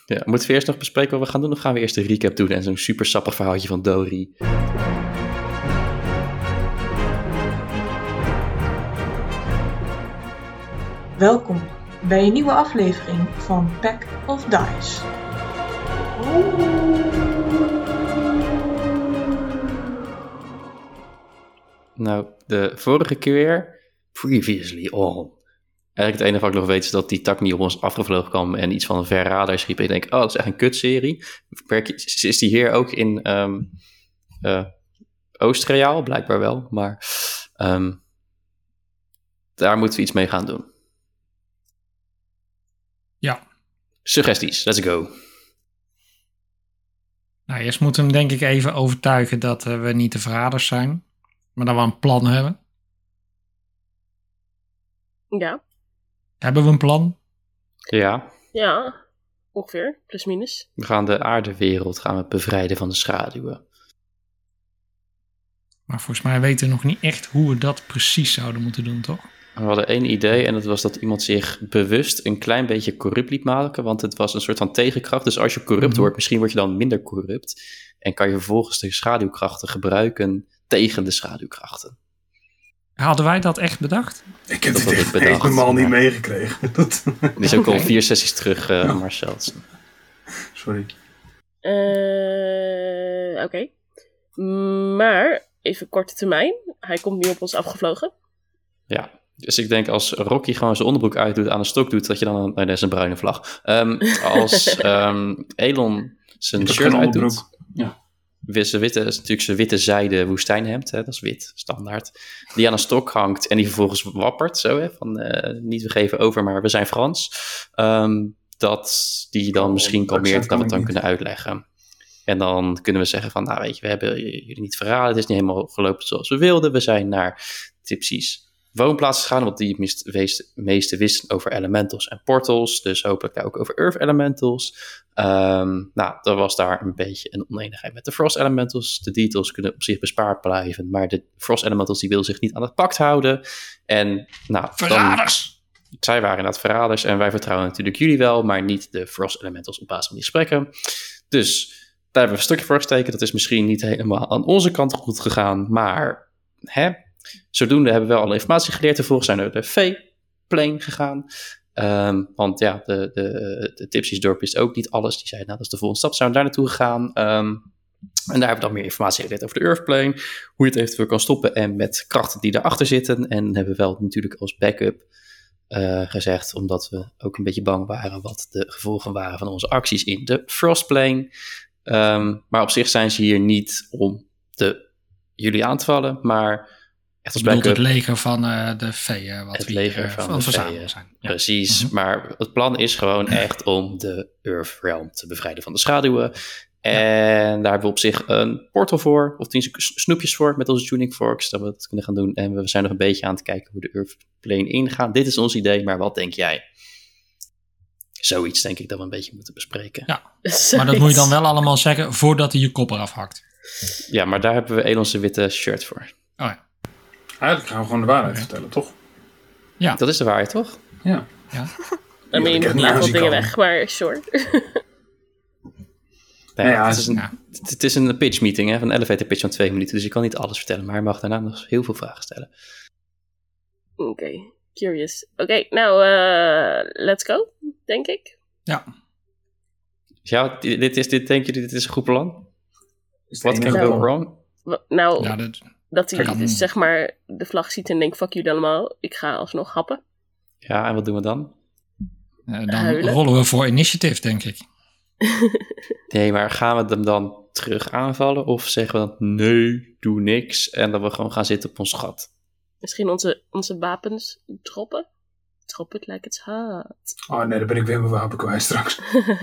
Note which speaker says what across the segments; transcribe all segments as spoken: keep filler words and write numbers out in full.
Speaker 1: Ja, moeten we eerst nog bespreken wat we gaan doen? Of gaan we eerst de recap doen en zo'n super sappig verhaaltje van Dory?
Speaker 2: Welkom bij een nieuwe aflevering van Pack of Dice.
Speaker 1: Nou, de vorige keer, previously on. Eigenlijk het enige wat ik nog weet is dat die tak niet op ons afgevlogen kwam en iets van een verraders riep. En ik denk, oh, dat is echt een kutserie. Is die hier ook in um, uh, Oost-Reaal? Blijkbaar wel, maar um, daar moeten we iets mee gaan doen.
Speaker 3: Ja.
Speaker 1: Suggesties, let's go.
Speaker 3: Nou, eerst moeten we hem denk ik even overtuigen dat uh, we niet de verraders zijn, maar dat we een plan hebben.
Speaker 4: Ja.
Speaker 3: Hebben we een plan?
Speaker 1: Ja.
Speaker 4: Ja, ongeveer, plus minus.
Speaker 1: We gaan de aardewereld gaan we bevrijden van de schaduwen.
Speaker 3: Maar volgens mij weten we nog niet echt hoe we dat precies zouden moeten doen, toch?
Speaker 1: We hadden één idee en dat was dat iemand zich bewust een klein beetje corrupt liet maken, want het was een soort van tegenkracht. Dus als je corrupt
Speaker 3: Mm-hmm.
Speaker 1: wordt, misschien word je dan minder corrupt en kan je vervolgens de schaduwkrachten gebruiken tegen de schaduwkrachten.
Speaker 3: Hadden wij dat echt bedacht?
Speaker 5: Ik heb
Speaker 1: Dat
Speaker 5: het
Speaker 1: had ik
Speaker 5: echt
Speaker 1: bedacht,
Speaker 5: helemaal niet
Speaker 1: maar-
Speaker 5: meegekregen. Dat...
Speaker 1: Die is ook al
Speaker 3: Oké.
Speaker 1: vier sessies terug, uh, Marcel.
Speaker 5: Sorry.
Speaker 4: Eh, Oké. Maar, even korte termijn. Hij komt nu op ons afgevlogen.
Speaker 1: Ja, dus ik denk als Rocky gewoon zijn onderbroek uitdoet, aan een stok doet, dat je dan een, nee, dat is een bruine vlag. Um, als um, Elon zijn
Speaker 5: Ik heb
Speaker 1: shirt
Speaker 5: geen
Speaker 1: uitdoet,
Speaker 5: onderbroek. Ja.
Speaker 1: wit- zijn witte, is natuurlijk zijn witte zijde woestijnhemd, hè, dat is wit, standaard. Die aan een stok hangt en die vervolgens wappert, zo hè, van uh, niet we geven over, maar we zijn Frans. Um, dat die dan
Speaker 5: Oh,
Speaker 1: misschien kalmeert,
Speaker 5: accent
Speaker 1: dat we het
Speaker 5: kan
Speaker 1: dan
Speaker 5: ik
Speaker 1: kunnen uitleggen. En dan kunnen we zeggen van, nou weet je, we hebben jullie niet verraden, het is niet helemaal gelopen zoals we wilden. We zijn naar Tipsy's woonplaats gegaan, want die meest, wees, meeste wisten over elementals en portals, dus hopelijk daar ook over earth elementals. Um, nou, er was daar een beetje een oneenigheid met de frost elementals. De details kunnen op zich bespaard blijven, maar de frost elementals die wilden zich niet aan het pact houden. En nou,
Speaker 3: Verraders!
Speaker 1: Dan, zij waren inderdaad verraders en wij vertrouwen natuurlijk jullie wel, maar niet de frost elementals op basis van die gesprekken. Dus daar hebben we een stukje voor gesteken. Dat is misschien niet helemaal aan onze kant goed gegaan, maar hè, zodoende hebben we wel alle informatie geleerd. Vervolgens zijn we naar de Fey-plane gegaan. Um, want ja, de, de, de Tipsy's dorp wist ook niet alles. Die zei, nou, dat is de volgende stap. Zijn we daar naartoe gegaan. Um, en daar hebben we dan meer informatie geleerd over de Earthplane. Hoe je het eventueel kan stoppen en met krachten die daarachter zitten. En hebben we wel natuurlijk als backup uh, gezegd, omdat we ook een beetje bang waren wat de gevolgen waren van onze acties in de Frostplane. Um, maar op zich zijn ze hier niet om de, jullie aan te vallen, maar echt als
Speaker 3: Je bedoelt
Speaker 1: backup.
Speaker 3: het leger van uh, de Vee, wat
Speaker 1: Het
Speaker 3: we
Speaker 1: leger
Speaker 3: hier, uh,
Speaker 1: van
Speaker 3: van
Speaker 1: de
Speaker 3: het verzamelen
Speaker 1: Veeën.
Speaker 3: zijn. Ja.
Speaker 1: Precies,
Speaker 3: Mhm.
Speaker 1: maar het plan is gewoon echt om de Earth Realm te bevrijden van de schaduwen. En daar hebben we op zich een portal voor, of tien snoepjes voor met onze tuning forks, dat we het kunnen gaan doen. En we zijn nog een beetje aan het kijken hoe de Earth Plane ingaan. Dit is ons idee, maar wat denk jij? Zoiets denk ik dat we een beetje moeten bespreken.
Speaker 3: Ja. Maar dat moet je dan wel allemaal zeggen voordat hij je kop eraf hakt.
Speaker 1: Ja, maar daar hebben we Elon's witte shirt voor.
Speaker 3: Oh ja.
Speaker 5: Eigenlijk gaan we gewoon de waarheid
Speaker 3: Oké.
Speaker 5: vertellen, toch?
Speaker 3: Ja.
Speaker 1: Dat is de waarheid, toch?
Speaker 5: Ja.
Speaker 3: Ja.
Speaker 4: Dan ben je
Speaker 5: ik heb
Speaker 4: nog
Speaker 5: niet
Speaker 4: niet
Speaker 5: aanzien
Speaker 4: dingen
Speaker 5: komen.
Speaker 4: weg, maar sure.
Speaker 1: Nee,
Speaker 5: Ja,
Speaker 1: het, is een,
Speaker 3: ja.
Speaker 1: het, het is een pitch meeting, hè, van een elevator pitch van twee minuten, dus je kan niet alles vertellen, maar je mag daarna nog heel veel vragen stellen.
Speaker 4: Oké, okay, curious. Oké, okay, nou, uh, let's go, denk ik.
Speaker 3: Ja.
Speaker 1: Ja, dit is, dit, denken jullie, dit is een goed plan?
Speaker 5: Is het
Speaker 1: What can
Speaker 5: enige
Speaker 1: go
Speaker 5: plan.
Speaker 1: wrong?
Speaker 4: W- Nou,
Speaker 3: Ja, dat,
Speaker 4: dat hij
Speaker 3: kan.
Speaker 4: dus zeg maar de vlag ziet en denkt, fuck jullie allemaal, ik ga alsnog happen.
Speaker 1: Ja, en wat doen we dan?
Speaker 3: uh, dan
Speaker 4: Huilen.
Speaker 3: rollen we voor initiative, denk ik.
Speaker 1: Nee, maar gaan we hem dan terug aanvallen? Of zeggen we dan, nee, doe niks, en dat we gewoon gaan zitten op ons gat?
Speaker 4: Misschien onze, onze wapens droppen. Drop it like it's hot.
Speaker 5: Oh nee, dan ben ik weer mijn wapen kwijt straks.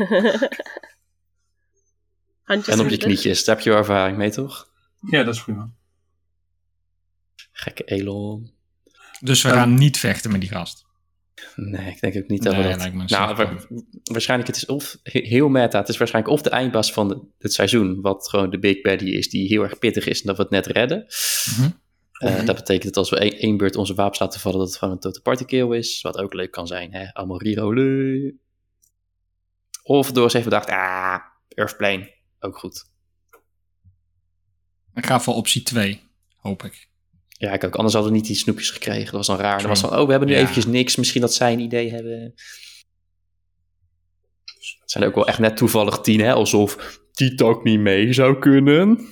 Speaker 4: Handjes
Speaker 1: En op
Speaker 4: in
Speaker 1: je
Speaker 4: de lucht.
Speaker 1: knietjes, daar heb je wel ervaring mee, toch?
Speaker 5: Ja, dat is prima.
Speaker 1: Gekke Elon.
Speaker 3: Dus we
Speaker 5: Ja.
Speaker 3: gaan niet vechten met die gast.
Speaker 1: Nee, ik denk ook niet dat
Speaker 3: Nee,
Speaker 1: we dat...
Speaker 3: lijkt me een
Speaker 1: Nou,
Speaker 3: slecht
Speaker 1: wa- waarschijnlijk, het is of he- heel meta, het is waarschijnlijk of de eindbaas van de, het seizoen, wat gewoon de big baddie is, die heel erg pittig is en dat we het net redden.
Speaker 3: Mhm.
Speaker 1: Uh, dat betekent dat als we één, één beurt onze wapens laten vallen, dat het gewoon een total party kill is, wat ook leuk kan zijn, hè? Allemaal Riro. Of door eens even dacht, ah, Earthplane, ook goed.
Speaker 3: Ik ga voor optie twee, hoop ik.
Speaker 1: Ja, ik ook. Anders hadden we niet die snoepjes gekregen. Dat was dan raar. Dan was dan, oh, we hebben nu
Speaker 3: Ja.
Speaker 1: eventjes niks. Misschien dat zij een idee hebben. Het zijn ook wel echt net toevallig tien, hè? Alsof die tak niet mee zou kunnen.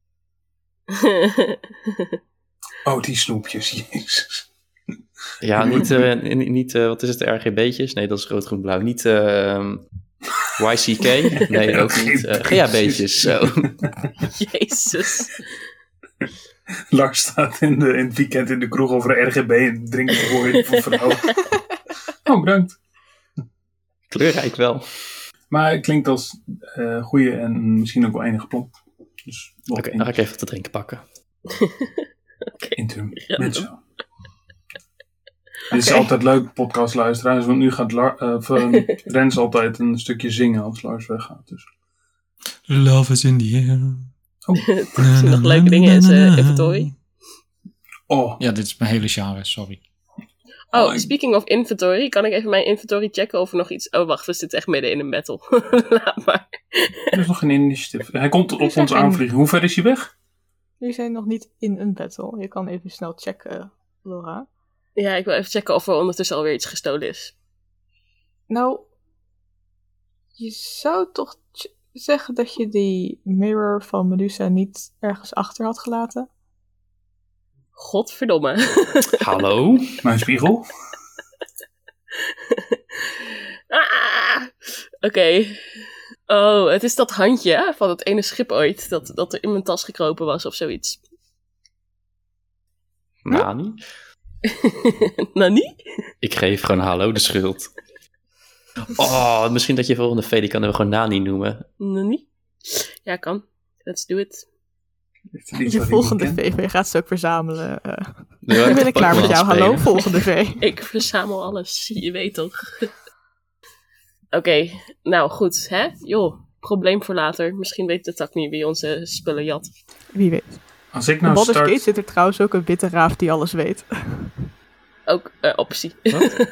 Speaker 5: Oh, die snoepjes, jezus.
Speaker 1: Ja, niet, uh, niet uh, wat is het, R G B'tjes? Nee, dat is rood, groen, blauw. Niet uh, Y C K? Nee, ook niet. Uh, G H B'tjes, zo.
Speaker 4: Jezus.
Speaker 5: Lars staat in, de, in het weekend in de kroeg over R G B en drinkt voor voor vrouwen. Oh, bedankt.
Speaker 1: Kleurrijk wel.
Speaker 5: Maar het klinkt als uh, goede en misschien ook wel enige plomp. Dus
Speaker 1: Oké, okay, dan ga ik even te drinken pakken.
Speaker 4: Okay.
Speaker 5: Intermezzo. Dit is altijd leuk, podcastluisteraars, want nu gaat Lar, uh, uh, Rens altijd een stukje zingen als Lars weggaat. Dus.
Speaker 3: Love is in the air.
Speaker 5: Oh.
Speaker 4: Misschien nog leuke dingen in zijn inventory.
Speaker 5: Oh.
Speaker 3: Ja, dit is mijn hele genre, sorry.
Speaker 4: Oh, oh speaking of inventory, kan ik even mijn inventory checken of er nog iets... Oh, wacht, we zitten echt midden in een battle. Laat maar.
Speaker 5: Er is nog geen initiatief. Hij komt op ons aanvliegen. Hoe ver is hij weg?
Speaker 6: Jullie zijn nog niet in een battle. Je kan even snel checken, Laura.
Speaker 4: Ja, ik wil even checken of er ondertussen alweer iets gestolen is.
Speaker 6: Nou, je zou toch ch- zeggen dat je die mirror van Medusa niet ergens achter had gelaten?
Speaker 4: Godverdomme.
Speaker 1: Hallo?
Speaker 5: Mijn spiegel?
Speaker 4: ah, Oké. Okay. Oh, het is dat handje van het ene schip ooit dat, dat er in mijn tas gekropen was of zoiets.
Speaker 1: Nani?
Speaker 4: Nani?
Speaker 1: Ik geef gewoon hallo de schuld. Oh, misschien dat je volgende V D kan we gewoon Nani noemen.
Speaker 4: Nani? Ja, kan. Let's do it.
Speaker 6: Je volgende V V gaat ze ook verzamelen. Uh,
Speaker 1: ja,
Speaker 6: ik ben ik klaar met jou. Hallo, volgende V.
Speaker 4: Ik verzamel alles, je weet toch. Oké, okay, nou goed, hè? Joh, probleem voor later. Misschien weet de tak niet wie onze spullen jat.
Speaker 6: Wie weet.
Speaker 5: Als ik nou
Speaker 6: in Baldur's
Speaker 5: start...
Speaker 6: Gate zit er trouwens ook een witte raaf die alles weet.
Speaker 4: Ook uh, optie.
Speaker 1: Wat?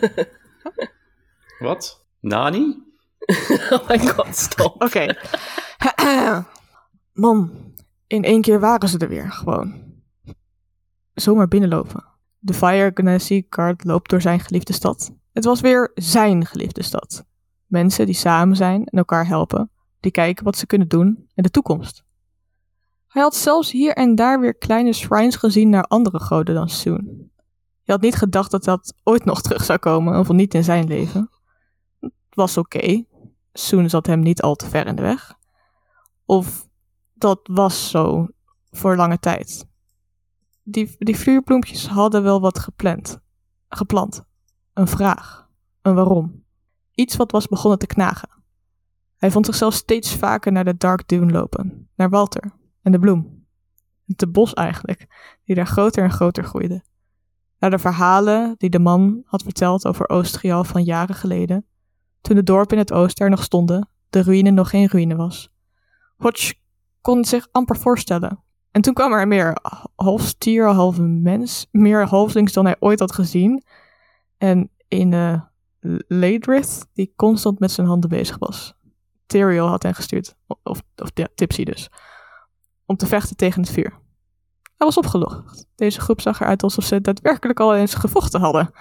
Speaker 1: Wat? Nani?
Speaker 4: Oh my god, stop.
Speaker 6: Oké. Okay. Man, in één keer waren ze er weer, gewoon. Zomaar binnenlopen. De Fire Genasi Guard loopt door zijn geliefde stad. Het was weer zijn geliefde stad. Mensen die samen zijn en elkaar helpen. Die kijken wat ze kunnen doen in de toekomst. Hij had zelfs hier en daar weer kleine shrines gezien naar andere goden dan Soon. Hij had niet gedacht dat dat ooit nog terug zou komen, of niet in zijn leven. Het was oké. Okay. Soon zat hem niet al te ver in de weg. Of dat was zo voor lange tijd. Die, die vuurbloempjes hadden wel wat gepland. Geplant. Een vraag. Een waarom. Iets wat was begonnen te knagen. Hij vond zichzelf steeds vaker naar de Dark Dune lopen. Naar Walter. En de bloem. De bos eigenlijk. Die daar groter en groter groeide. Naar de verhalen die de man had verteld over Oostrial van jaren geleden. Toen de dorpen in het oosten er nog stonden. De ruïne nog geen ruïne was. Hodge kon het zich amper voorstellen. En toen kwam er meer half stier, half mens. Meer halflings dan hij ooit had gezien. En een uh, Ledrith die constant met zijn handen bezig was. Tyrael had hen gestuurd. Of, of ja, Tipsy dus. Om te vechten tegen het vuur. Hij was opgelucht. Deze groep zag eruit alsof ze daadwerkelijk al eens gevochten hadden.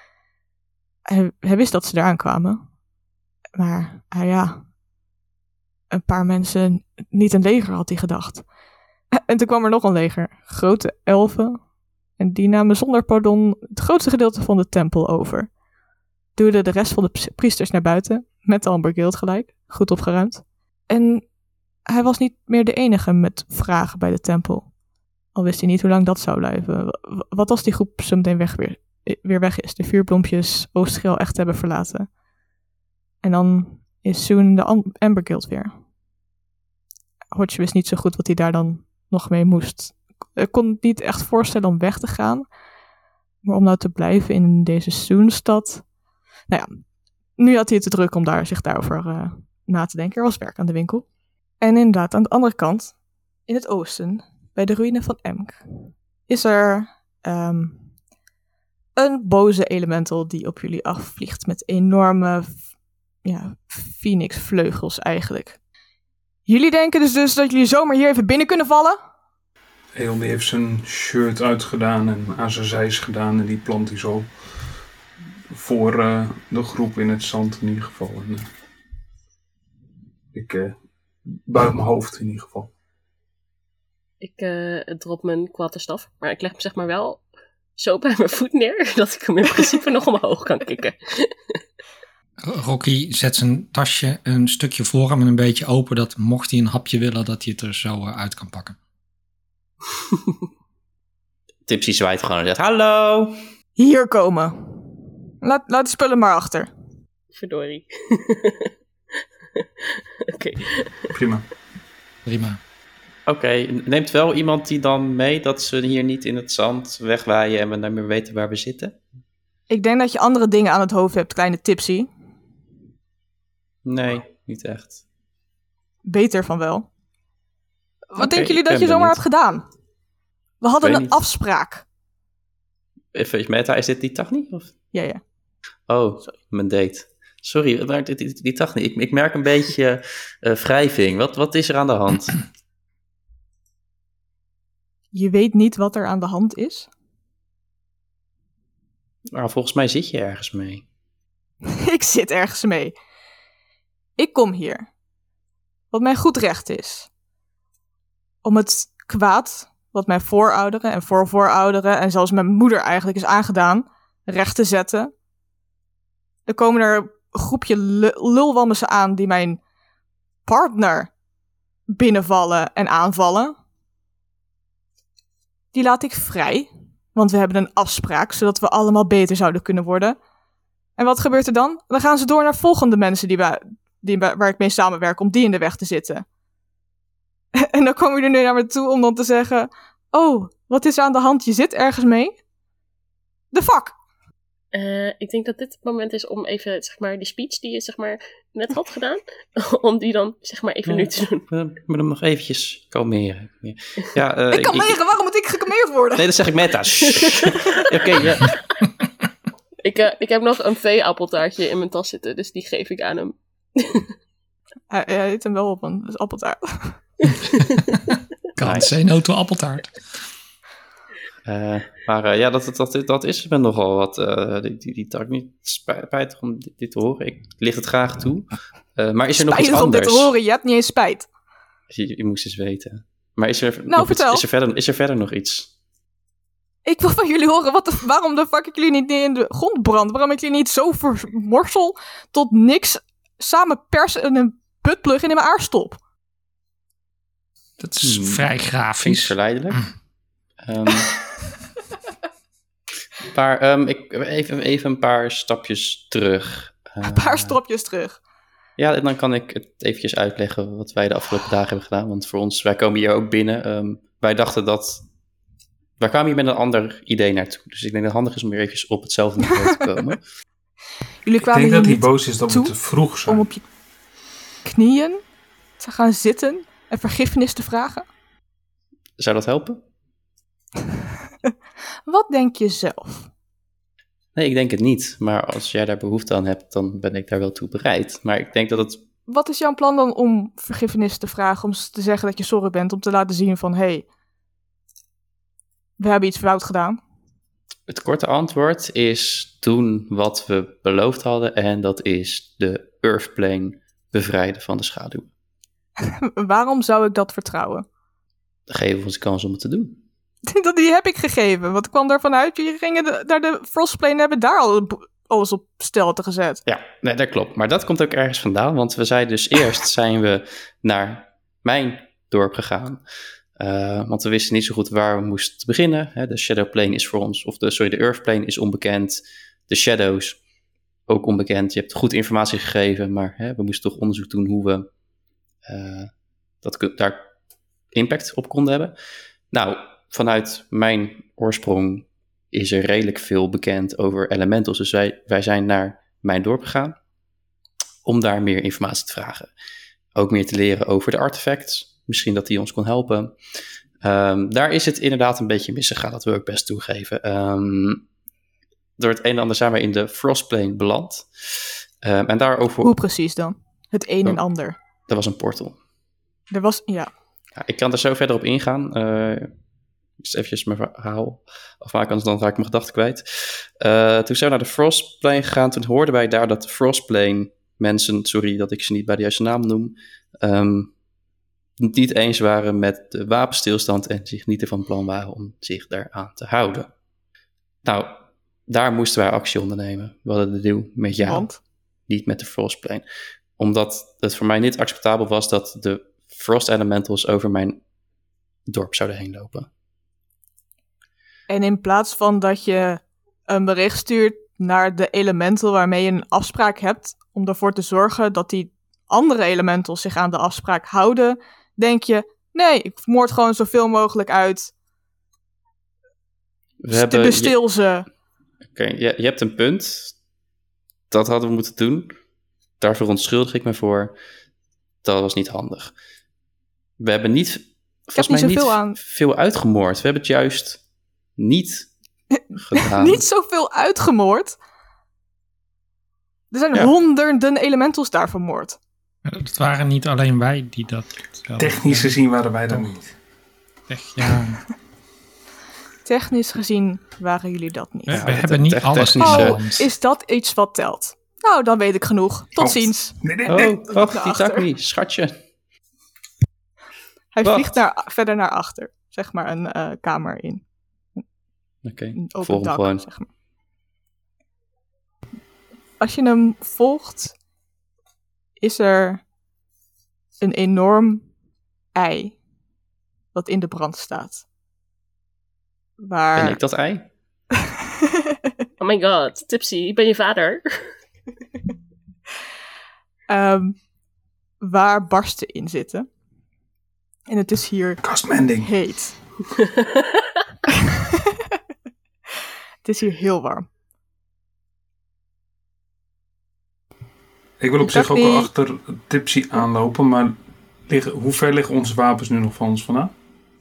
Speaker 6: Hij, hij wist dat ze eraan kwamen. Maar, uh, ja... Een paar mensen, niet een leger had hij gedacht. En toen kwam er nog een leger. Grote elfen. En die namen zonder pardon het grootste gedeelte van de tempel over. Duwden de rest van de priesters naar buiten. Met de Amber Guild gelijk. Goed opgeruimd. En hij was niet meer de enige met vragen bij de tempel. Al wist hij niet hoe lang dat zou blijven. Wat als die groep zometeen weg weer, weer weg is. De vuurbloempjes Oostriel echt hebben verlaten. En dan is Soon de Amber Guild weer. Hodge wist niet zo goed wat hij daar dan nog mee moest. Hij kon het niet echt voorstellen om weg te gaan. Maar om nou te blijven in deze Soon-stad. Nou ja, nu had hij het te druk om daar, zich daarover uh, na te denken. Er was werk aan de winkel. En inderdaad, aan de andere kant, in het oosten, bij de ruïne van Emk, is er um, een boze elemental die op jullie afvliegt met enorme ja, Phoenix vleugels eigenlijk. Jullie denken dus, dus dat jullie zomaar hier even binnen kunnen vallen?
Speaker 5: Eon die heeft zijn shirt uitgedaan en aan zijn zijs gedaan. En die plant hij zo voor uh, de groep in het zand in ieder geval. En, uh, ik uh, buig mijn hoofd in ieder geval.
Speaker 4: Ik uh, drop mijn quarterstaf, maar ik leg hem zeg maar wel zo bij mijn voet neer, dat ik hem in principe nog omhoog kan kikken.
Speaker 3: Rocky zet zijn tasje een stukje voor hem en een beetje open, dat mocht hij een hapje willen, dat hij het er zo uh, uit kan pakken.
Speaker 1: Tipsy zwaait gewoon en zegt, hallo!
Speaker 6: Hier komen. Laat, laat de spullen maar achter.
Speaker 4: Verdorie. Oké. Okay.
Speaker 5: Prima.
Speaker 3: Prima.
Speaker 1: Oké, okay, neemt wel iemand die dan mee dat ze hier niet in het zand wegwaaien en we niet meer weten waar we zitten?
Speaker 6: Ik denk dat je andere dingen aan het hoofd hebt, kleine Tipsy.
Speaker 1: Nee, niet echt.
Speaker 6: Beter van wel. Wat
Speaker 1: okay,
Speaker 6: denken jullie dat je zomaar hebt gedaan? We hadden een
Speaker 1: niet.
Speaker 6: afspraak.
Speaker 1: Even, Meta, is dit die dag niet? Of?
Speaker 6: Ja, ja.
Speaker 1: Oh, sorry, mijn date. Sorry, maar die, die, die dag niet. Ik, ik merk een beetje uh, wrijving. Wat, wat is er aan de hand?
Speaker 6: Je weet niet wat er aan de hand is?
Speaker 1: Nou, volgens mij zit je ergens mee.
Speaker 6: Ik zit ergens mee. Ik kom hier. Wat mijn goed recht is. Om het kwaad wat mijn voorouderen en voorvoorouderen en zelfs mijn moeder eigenlijk is aangedaan, recht te zetten. Er komen er een groepje lulwammessen aan die mijn partner binnenvallen en aanvallen. Die laat ik vrij, want we hebben een afspraak, zodat we allemaal beter zouden kunnen worden. En wat gebeurt er dan? Dan gaan ze door naar volgende mensen die waar, die, waar ik mee samenwerk, om die in de weg te zitten. En dan komen jullie nu naar me toe om dan te zeggen, oh, wat is er aan de hand? Je zit ergens mee? The fuck?
Speaker 4: Uh, ik denk dat dit het moment is om even, zeg maar, die speech die je, zeg maar, net had gedaan, om die dan, zeg maar, even ja, nu te doen.
Speaker 1: We moeten hem nog eventjes kalmeren. Ja, uh,
Speaker 6: ik kalmeren? Ik, Waarom moet ik gekalmeerd worden?
Speaker 1: Nee, dat zeg ik Meta. Oké, okay, ja.
Speaker 4: Ik, uh, ik heb nog een vee-appeltaartje in mijn tas zitten, dus die geef ik aan hem.
Speaker 6: Hij, hij eet hem wel op een dus appeltaart.
Speaker 3: Kan zeenoto appeltaart.
Speaker 1: Uh, maar uh, ja, dat, dat, dat, dat is me nogal wat. Uh, die, die, die tak niet spijtig om dit, dit te horen. Ik licht het graag toe. Uh, maar is er nog iets anders?
Speaker 6: Spijtig om dit te horen, je hebt niet eens spijt.
Speaker 1: Je, je moest eens weten. Maar is er,
Speaker 6: nou, vertel.
Speaker 1: Iets, is, er verder, is er verder nog iets?
Speaker 6: Ik wil van jullie horen, wat de, waarom de fuck ik jullie niet in de grond brand? Waarom ik jullie niet zo vermorsel tot niks samen persen en een buttplug in mijn aarstop?
Speaker 3: Dat is
Speaker 1: hmm.
Speaker 3: vrij grafisch.
Speaker 1: Verleidelijk. um, paar, um, ik, even, even een paar stapjes terug. Uh,
Speaker 6: een paar stapjes terug.
Speaker 1: Ja, en dan kan ik het eventjes uitleggen wat wij de afgelopen dagen hebben gedaan. Want voor ons, wij komen hier ook binnen. Um, wij dachten dat... Wij kwamen hier met een ander idee naartoe. Dus ik denk dat het handig is om weer eventjes op hetzelfde niveau te komen.
Speaker 6: Jullie kwamen
Speaker 5: ik denk dat
Speaker 6: hij
Speaker 5: boos is dat we te vroeg zijn.
Speaker 6: Om op je knieën te gaan zitten en vergiffenis te vragen?
Speaker 1: Zou dat helpen?
Speaker 6: Wat denk je zelf?
Speaker 1: Nee, ik denk het niet. Maar als jij daar behoefte aan hebt, dan ben ik daar wel toe bereid. Maar ik denk dat het...
Speaker 6: Wat is jouw plan dan om vergiffenis te vragen? Om te zeggen dat je sorry bent? Om te laten zien van, hé, hey, we hebben iets fout gedaan?
Speaker 1: Het korte antwoord is doen wat we beloofd hadden. En dat is de Earthplane bevrijden van de schaduw.
Speaker 6: Waarom zou ik dat vertrouwen?
Speaker 1: Geef ons de kans om het te doen.
Speaker 6: Dat die heb ik gegeven. Wat kwam daarvan uit? Jullie gingen de, naar de Frostplane en hebben daar al alles op stelte gezet.
Speaker 1: Ja, nee, dat klopt. Maar dat komt ook ergens vandaan. Want we zijn dus eerst zijn we naar mijn dorp gegaan. Uh, want we wisten niet zo goed waar we moesten beginnen. Hè, de Shadowplane is voor ons, of de, sorry, de Earthplane is onbekend. De Shadows, ook onbekend. Je hebt goed informatie gegeven, maar hè, we moesten toch onderzoek doen hoe we uh, dat, daar impact op konden hebben. Nou, vanuit mijn oorsprong is er redelijk veel bekend over elementals. Dus wij, wij zijn naar mijn dorp gegaan om daar meer informatie te vragen. Ook meer te leren over de artefacts. Misschien dat die ons kon helpen. Um, daar is het inderdaad een beetje misgegaan, dat wil ik best toegeven. Um, door het een en ander zijn we in de Frostplane beland. Um, en daarover...
Speaker 6: Hoe precies dan? Het een
Speaker 1: Oh.
Speaker 6: en ander.
Speaker 1: Dat was een portal.
Speaker 6: Er was, ja.
Speaker 1: Ja, ik kan er zo verder op ingaan. Uh, dus eventjes mijn verhaal afmaken, anders dan raak ik mijn gedachten kwijt. Uh, toen zijn we naar de Frostplane gegaan. Toen hoorden wij daar dat de Frostplane mensen, sorry dat ik ze niet bij de juiste naam noem, um, niet eens waren met de wapenstilstand en zich niet ervan plan waren om zich daaraan te houden. Nou, daar moesten wij actie ondernemen. We hadden de deal met jou,
Speaker 6: Want?
Speaker 1: niet met de Frostplane. Omdat het voor mij niet acceptabel was dat de Frost Elementals over mijn dorp zouden heen lopen.
Speaker 6: En in plaats van dat je een bericht stuurt naar de elemental waarmee je een afspraak hebt, om ervoor te zorgen dat die andere elementals zich aan de afspraak houden, denk je, nee, ik moord gewoon zoveel mogelijk uit.
Speaker 1: We hebben,
Speaker 6: Bestil
Speaker 1: je,
Speaker 6: ze.
Speaker 1: Oké, okay, je, je hebt een punt. Dat hadden we moeten doen. Daar verontschuldig ik me voor. Dat was niet handig. We hebben niet, volgens mij
Speaker 6: niet,
Speaker 1: niet
Speaker 6: aan...
Speaker 1: veel uitgemoord. We hebben het juist niet gedaan.
Speaker 6: Niet zoveel uitgemoord? Er zijn
Speaker 1: Ja.
Speaker 6: honderden elementals daar vermoord.
Speaker 3: Het waren niet alleen wij die dat... dat
Speaker 5: Technisch gezien waren wij dat niet.
Speaker 3: Echt, ja.
Speaker 6: Technisch gezien waren jullie dat niet.
Speaker 3: We,
Speaker 1: Ja,
Speaker 3: we
Speaker 1: het-
Speaker 3: hebben
Speaker 1: het
Speaker 3: niet
Speaker 1: echt
Speaker 3: alles
Speaker 1: technische-
Speaker 6: Oh,
Speaker 3: geland.
Speaker 6: is dat iets wat telt? Nou, dan weet ik genoeg. Tot
Speaker 5: Oh.
Speaker 6: ziens.
Speaker 5: Nee, nee, nee.
Speaker 1: Oh, wacht, die
Speaker 6: achter.
Speaker 1: Takmi, schatje.
Speaker 6: Hij
Speaker 1: Wacht.
Speaker 6: vliegt naar, verder naar achter. Zeg maar een uh, kamer in.
Speaker 1: Oké, okay,
Speaker 6: Een open
Speaker 1: volg hem
Speaker 6: dak,
Speaker 1: gewoon.
Speaker 6: zeg maar. Als je hem volgt, is er een enorm ei wat in de brand staat. Waar...
Speaker 1: Ben ik dat ei?
Speaker 4: Oh my god, Tipsy, ik ben je vader.
Speaker 6: um, waar barsten in zitten. En het is hier
Speaker 5: Kastmending.
Speaker 6: heet. Het is hier heel warm.
Speaker 5: Ik wil op
Speaker 6: Ik
Speaker 5: zich
Speaker 6: dacht
Speaker 5: ook wel
Speaker 6: die-
Speaker 5: achter Tipsy aanlopen, maar liggen, hoe ver liggen onze wapens nu nog van ons vandaan?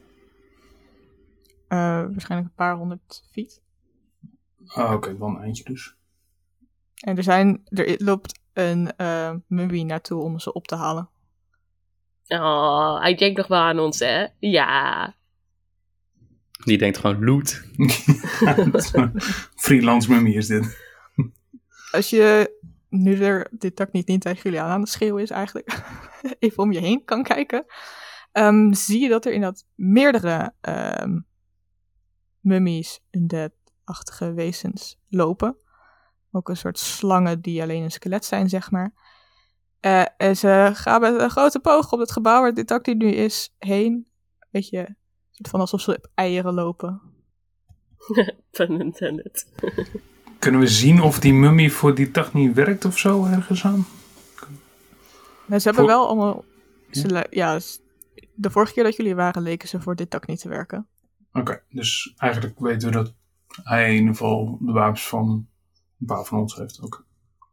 Speaker 6: Uh, waarschijnlijk een paar honderd feet.
Speaker 5: Ah, oké, okay, wel een eindje dus.
Speaker 6: En er, zijn, er loopt een uh, mummy naartoe om ze op te halen.
Speaker 4: Oh, hij denkt nog wel aan ons, hè? Ja.
Speaker 1: Die denkt gewoon loot.
Speaker 5: Freelance mummy is dit.
Speaker 6: Als je, nu er dit tak niet, niet tegen jullie aan aan het schreeuwen is eigenlijk, even om je heen kan kijken, um, zie je dat er inderdaad meerdere um, mummies, undead-achtige wezens lopen. Ook een soort slangen die alleen een skelet zijn, zeg maar. Uh, en ze gaan met een grote poog op het gebouw waar dit tak nu is, heen. Weet je, soort van alsof ze op eieren lopen.
Speaker 4: Pun intended.
Speaker 5: Kunnen we zien of die mummy voor die dag niet werkt of zo ergens aan?
Speaker 6: Maar ze hebben
Speaker 5: Voor-
Speaker 6: wel allemaal... Ze le- ja, s- de vorige keer dat jullie waren, leken ze voor dit tak niet te werken.
Speaker 5: Oké, okay, dus eigenlijk weten we dat hij in ieder geval de wapens van een paar van ons heeft. Oké. Okay.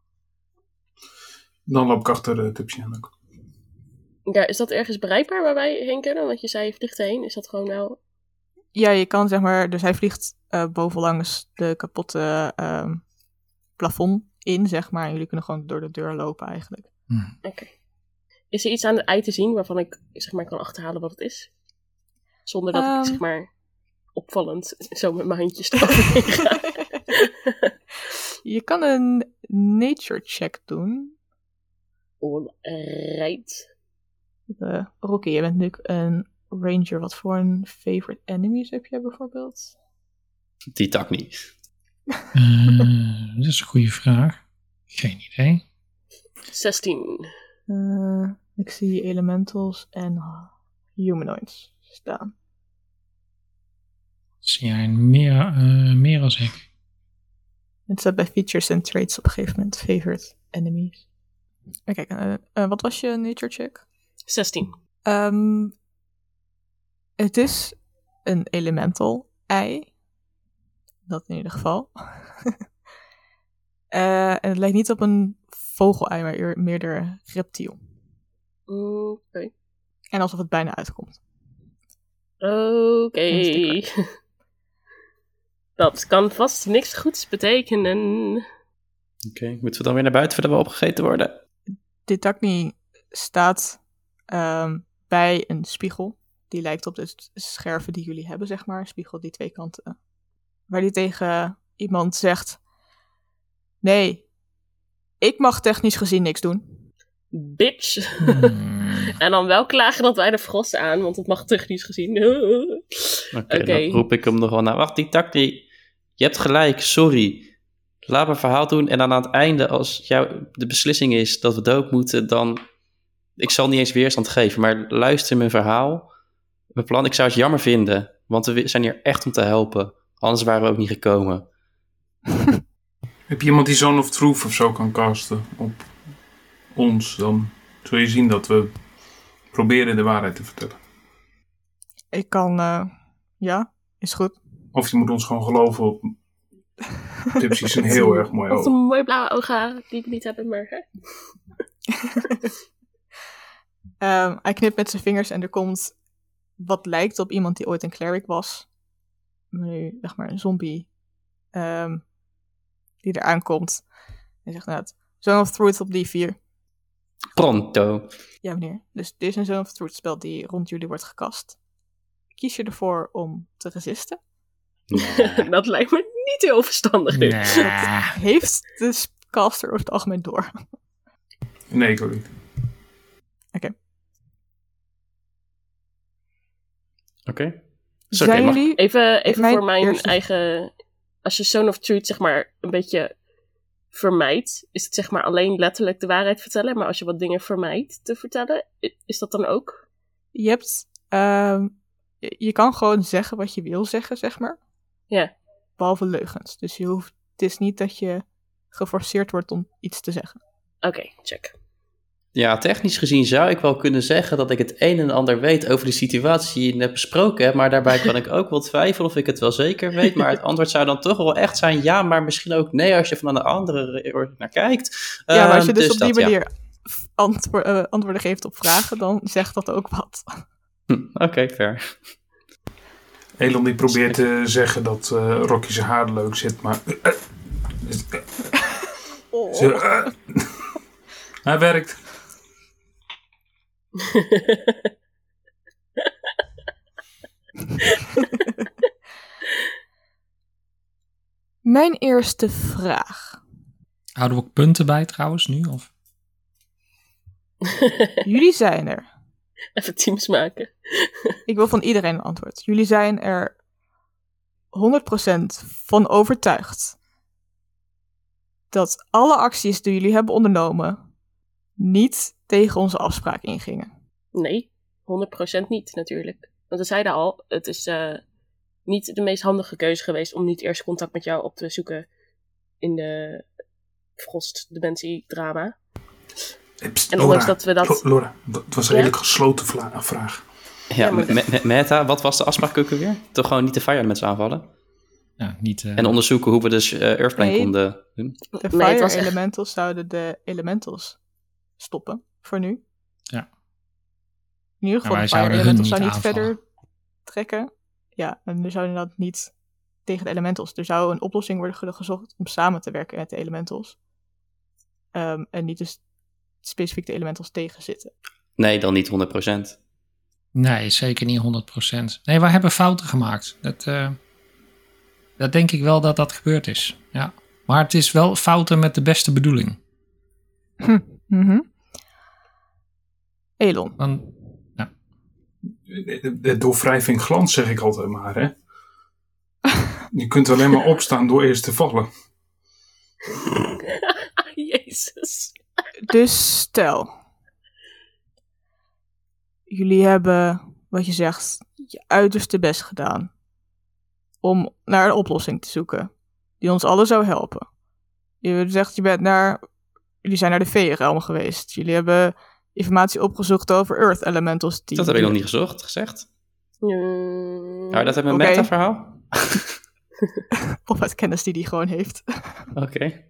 Speaker 5: Dan loop ik achter de Tipsy aan ook.
Speaker 4: Ja, is dat ergens bereikbaar waar wij heen kunnen? Want je zei je vliegt heen. Is dat gewoon nou...
Speaker 6: Ja, je kan zeg maar... Dus hij vliegt uh, bovenlangs de kapotte uh, plafond in, zeg maar. En jullie kunnen gewoon door de deur lopen eigenlijk.
Speaker 3: Hm.
Speaker 4: Oké. Okay. Is er iets aan het ei te zien waarvan ik zeg maar kan achterhalen wat het is? Zonder dat
Speaker 6: Um...
Speaker 4: ik zeg maar opvallend zo met mijn handjes eroverheen ga.
Speaker 6: Je kan een nature check doen.
Speaker 4: Alright.
Speaker 6: Uh, Rocky, je bent natuurlijk een ranger. Wat voor een favorite enemies heb jij bijvoorbeeld?
Speaker 1: Die tak niet.
Speaker 3: Uh, dat is een goede vraag. Geen idee.
Speaker 4: zestien.
Speaker 6: Uh, ik zie elementals en humanoids staan.
Speaker 3: Zie jij meer, uh, meer als ik?
Speaker 6: Het staat bij features en traits op een gegeven moment. Favorite enemies. Uh, kijk, uh, uh, wat was je nature check?
Speaker 4: zestien.
Speaker 6: Um, het is een elemental ei. Dat in ieder geval. uh, en het lijkt niet op een vogelei, maar meerder reptiel.
Speaker 4: Oké. Okay.
Speaker 6: En alsof het bijna uitkomt.
Speaker 4: Oké. Okay. Dat kan vast niks goeds betekenen.
Speaker 1: Oké, okay. Moeten we dan weer naar buiten voordat we opgegeten worden?
Speaker 6: Dithakni staat um, bij een spiegel. Die lijkt op de scherven die jullie hebben, zeg maar. Een spiegel die twee kanten. Waar die tegen iemand zegt... Nee, ik mag technisch gezien niks doen.
Speaker 4: Bitch. Hmm. En dan wel klagen dat wij de frost aan, want het mag technisch gezien. Oké,
Speaker 1: okay, okay. Dan roep ik hem nog wel naar. Wacht, Dithakni, je hebt gelijk, sorry. Laat me verhaal doen en dan aan het einde, als jou de beslissing is dat we dood moeten, dan... Ik zal niet eens weerstand geven, maar luister mijn verhaal. Mijn plan, ik zou het jammer vinden, want we zijn hier echt om te helpen. Anders waren we ook niet gekomen.
Speaker 5: Heb je iemand die Zone of Truth of zo kan casten op ons? Dan zul je zien dat we proberen de waarheid te vertellen.
Speaker 6: Ik kan, uh, ja, is goed.
Speaker 5: Of je moet ons gewoon geloven op... Tipsy is een heel erg mooi oog.
Speaker 4: Wat een mooie blauwe ogen die we niet hebben, maar... Hè?
Speaker 6: um, hij knipt met zijn vingers en er komt wat lijkt op iemand die ooit een cleric was. Nu, zeg maar, een zombie. Um, die er aankomt. Hij zegt nou, Zone of Truth op D vier.
Speaker 1: Pronto.
Speaker 6: Ja, meneer. Dus dit is een Zone of Truth spel die rond jullie wordt gekast. Kies je ervoor om te resisten?
Speaker 4: Nee. Dat lijkt me niet heel verstandig.
Speaker 3: Nee.
Speaker 6: Dat heeft de caster over het algemeen door.
Speaker 5: Nee, ik ook niet.
Speaker 6: Oké.
Speaker 1: Okay. Oké. Okay.
Speaker 6: Zijn
Speaker 1: okay,
Speaker 6: jullie...
Speaker 4: Even, even
Speaker 6: mijn
Speaker 4: voor mijn
Speaker 6: eerste...
Speaker 4: eigen... Als je Zone of Truth zeg maar een beetje vermijdt, is het zeg maar alleen letterlijk de waarheid vertellen. Maar als je wat dingen vermijdt te vertellen, is dat dan ook?
Speaker 6: Je hebt... Uh, je kan gewoon zeggen wat je wil zeggen, zeg maar.
Speaker 4: Ja.
Speaker 6: Behalve leugens. Dus je hoeft, het is niet dat je geforceerd wordt om iets te zeggen.
Speaker 4: Oké, okay, check.
Speaker 1: Ja, technisch gezien zou ik wel kunnen zeggen dat ik het een en ander weet over de situatie die je net besproken hebt, maar daarbij kan ik ook wel twijfelen of ik het wel zeker weet, maar het antwoord zou dan toch wel echt zijn ja, maar misschien ook nee als je van een andere naar kijkt.
Speaker 6: Ja, maar als je dus, dus op die
Speaker 1: dat,
Speaker 6: manier
Speaker 1: ja.
Speaker 6: antwo- uh, antwoorden geeft op vragen, dan zegt dat ook wat.
Speaker 1: Hm, Oké, okay, fair.
Speaker 5: Elon die probeert te zeggen dat uh, Rocky zijn haar leuk zit, maar... Uh, uh, uh,
Speaker 6: oh.
Speaker 5: Ze, uh, hij werkt.
Speaker 6: Mijn eerste vraag.
Speaker 3: Houden we ook punten bij trouwens nu? Of?
Speaker 6: Jullie zijn er.
Speaker 4: Even teams maken.
Speaker 6: Ik wil van iedereen een antwoord. Jullie zijn er honderd procent van overtuigd dat alle acties die jullie hebben ondernomen niet tegen onze afspraak ingingen.
Speaker 4: Nee, honderd procent niet natuurlijk. Want we zeiden al, het is uh, niet de meest handige keuze geweest om niet eerst contact met jou op te zoeken in de Frost-dimensie-drama.
Speaker 5: Pst,
Speaker 4: en ondanks dat we dat...
Speaker 5: L- Laura, het was een redelijk ja? gesloten vla- vraag.
Speaker 1: Ja, ja me- me- Meta, wat was de afspraak ook weer? Toch gewoon niet de Fire Elements aanvallen?
Speaker 3: Ja, niet... Uh...
Speaker 1: En onderzoeken hoe we dus uh, Earthplane
Speaker 6: nee,
Speaker 1: konden doen?
Speaker 6: De Fire nee, was Elementals echt... zouden de Elementals stoppen, voor nu.
Speaker 3: Ja.
Speaker 6: In ieder geval,
Speaker 3: ja,
Speaker 6: de Fire Elementals zou niet
Speaker 3: aanvallen.
Speaker 6: verder trekken. Ja, en er zou inderdaad niet tegen de Elementals. Er zou een oplossing worden gezocht om samen te werken met de Elementals. Um, en niet dus specifiek de Elementals tegenzitten.
Speaker 1: Nee, dan niet honderd procent.
Speaker 3: Nee, zeker niet honderd procent. Nee, we hebben fouten gemaakt. Dat, uh, dat denk ik wel dat dat gebeurd is. Ja. Maar het is wel fouten met de beste bedoeling.
Speaker 6: Hm. Mm-hmm. Elon.
Speaker 3: Dan, ja.
Speaker 5: Door wrijving glans zeg ik altijd maar, hè. Je kunt alleen maar opstaan door eerst te vallen.
Speaker 4: Jezus.
Speaker 6: Dus stel. Jullie hebben, wat je zegt, je uiterste best gedaan. Om naar een oplossing te zoeken. Die ons allen zou helpen. Je zegt, je bent naar... Jullie zijn naar de Fee-realm geweest. Jullie hebben informatie opgezocht over Earth Elementals. Die
Speaker 1: dat heb ik nog niet gezocht, gezegd.
Speaker 4: Mm.
Speaker 1: Nou, dat heb ik een
Speaker 6: okay.
Speaker 1: meta-verhaal.
Speaker 6: Of uit kennis die die gewoon heeft.
Speaker 1: Oké. Okay.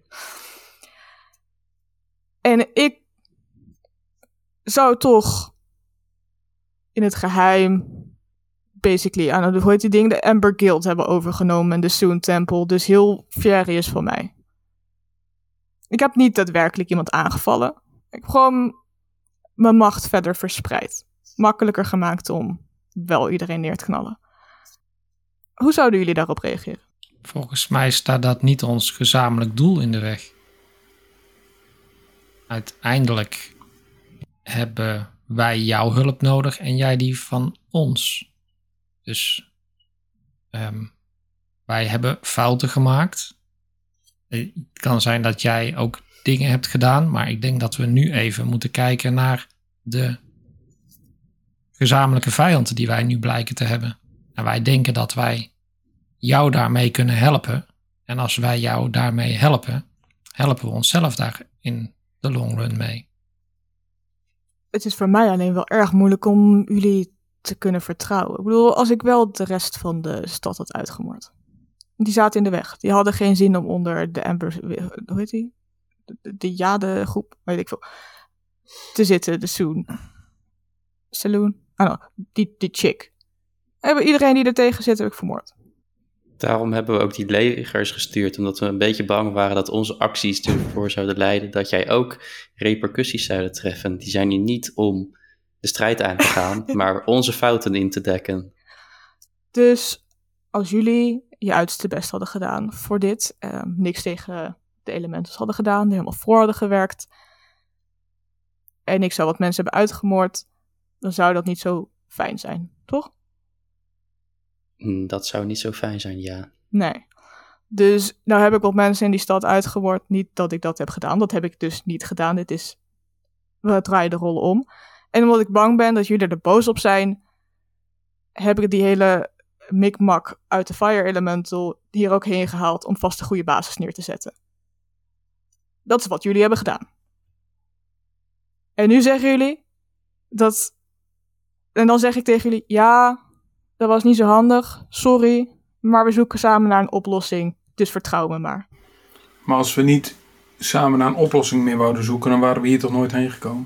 Speaker 6: En ik zou toch in het geheim basically aan hoe heet die ding, de Amber Guild hebben overgenomen en de Soon Temple. Dus heel fier is van mij. Ik heb niet daadwerkelijk iemand aangevallen. Ik heb gewoon mijn macht verder verspreid. Makkelijker gemaakt om wel iedereen neer te knallen. Hoe zouden jullie daarop reageren?
Speaker 3: Volgens mij staat dat niet ons gezamenlijk doel in de weg. Uiteindelijk hebben wij jouw hulp nodig en jij die van ons. Dus um, wij hebben fouten gemaakt. Het kan zijn dat jij ook dingen hebt gedaan, maar ik denk dat we nu even moeten kijken naar de gezamenlijke vijand die wij nu blijken te hebben. En wij denken dat wij jou daarmee kunnen helpen. En als wij jou daarmee helpen, helpen we onszelf daar in de long run mee.
Speaker 6: Het is voor mij alleen wel erg moeilijk om jullie te kunnen vertrouwen. Ik bedoel, als ik wel de rest van de stad had uitgemoord. Die zaten in de weg. Die hadden geen zin om onder de Amber... Hoe heet die? De, de, de Jade-groep, weet ik veel. Te zitten, de Soon. Saloon? Ah no, die, die chick. Hebben iedereen die er tegen zit, heb ik vermoord.
Speaker 1: Daarom hebben we ook die legers gestuurd, omdat we een beetje bang waren dat onze acties ervoor zouden leiden dat jij ook repercussies zouden treffen. Die zijn hier niet om de strijd aan te gaan, maar onze fouten in te dekken.
Speaker 6: Dus als jullie je uiterste best hadden gedaan voor dit, eh, niks tegen de elementals hadden gedaan, die helemaal voor hadden gewerkt, en ik zou wat mensen hebben uitgemoord, dan zou dat niet zo fijn zijn, toch?
Speaker 1: Dat zou niet zo fijn zijn, ja.
Speaker 6: Nee. Dus nou heb ik wat mensen in die stad uitgemoord. Niet dat ik dat heb gedaan. Dat heb ik dus niet gedaan. Dit is... We draaien de rollen om. En omdat ik bang ben dat jullie er boos op zijn, heb ik die hele mikmak uit de Fire Elemental hier ook heen gehaald om vast een goede basis neer te zetten. Dat is wat jullie hebben gedaan. En nu zeggen jullie dat... En dan zeg ik tegen jullie, ja... Dat was niet zo handig, sorry, maar we zoeken samen naar een oplossing, dus vertrouw me maar.
Speaker 5: Maar als we niet samen naar een oplossing meer wouden zoeken, dan waren we hier toch nooit heen gekomen?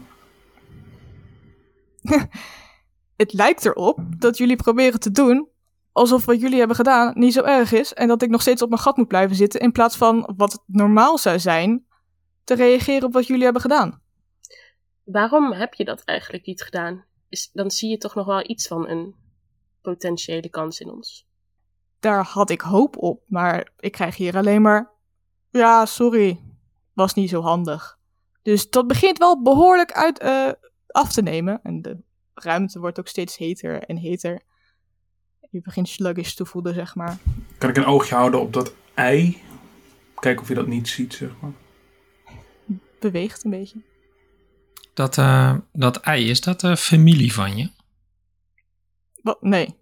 Speaker 6: Het lijkt erop dat jullie proberen te doen alsof wat jullie hebben gedaan niet zo erg is en dat ik nog steeds op mijn gat moet blijven zitten in plaats van wat het normaal zou zijn, te reageren op wat jullie hebben gedaan.
Speaker 4: Waarom heb je dat eigenlijk niet gedaan? Is, dan zie je toch nog wel iets van een potentiële kans in ons.
Speaker 6: Daar had ik hoop op, maar ik krijg hier alleen maar... Ja, sorry, was niet zo handig. Dus dat begint wel behoorlijk uit, uh, af te nemen. En de ruimte wordt ook steeds heter en heter. Je begint sluggish te voelen, zeg maar.
Speaker 5: Kan ik een oogje houden op dat ei? Kijken of je dat niet ziet, zeg maar.
Speaker 6: Beweegt een beetje.
Speaker 3: Dat, uh, dat ei, is dat uh, familie van je?
Speaker 6: Wat? Nee.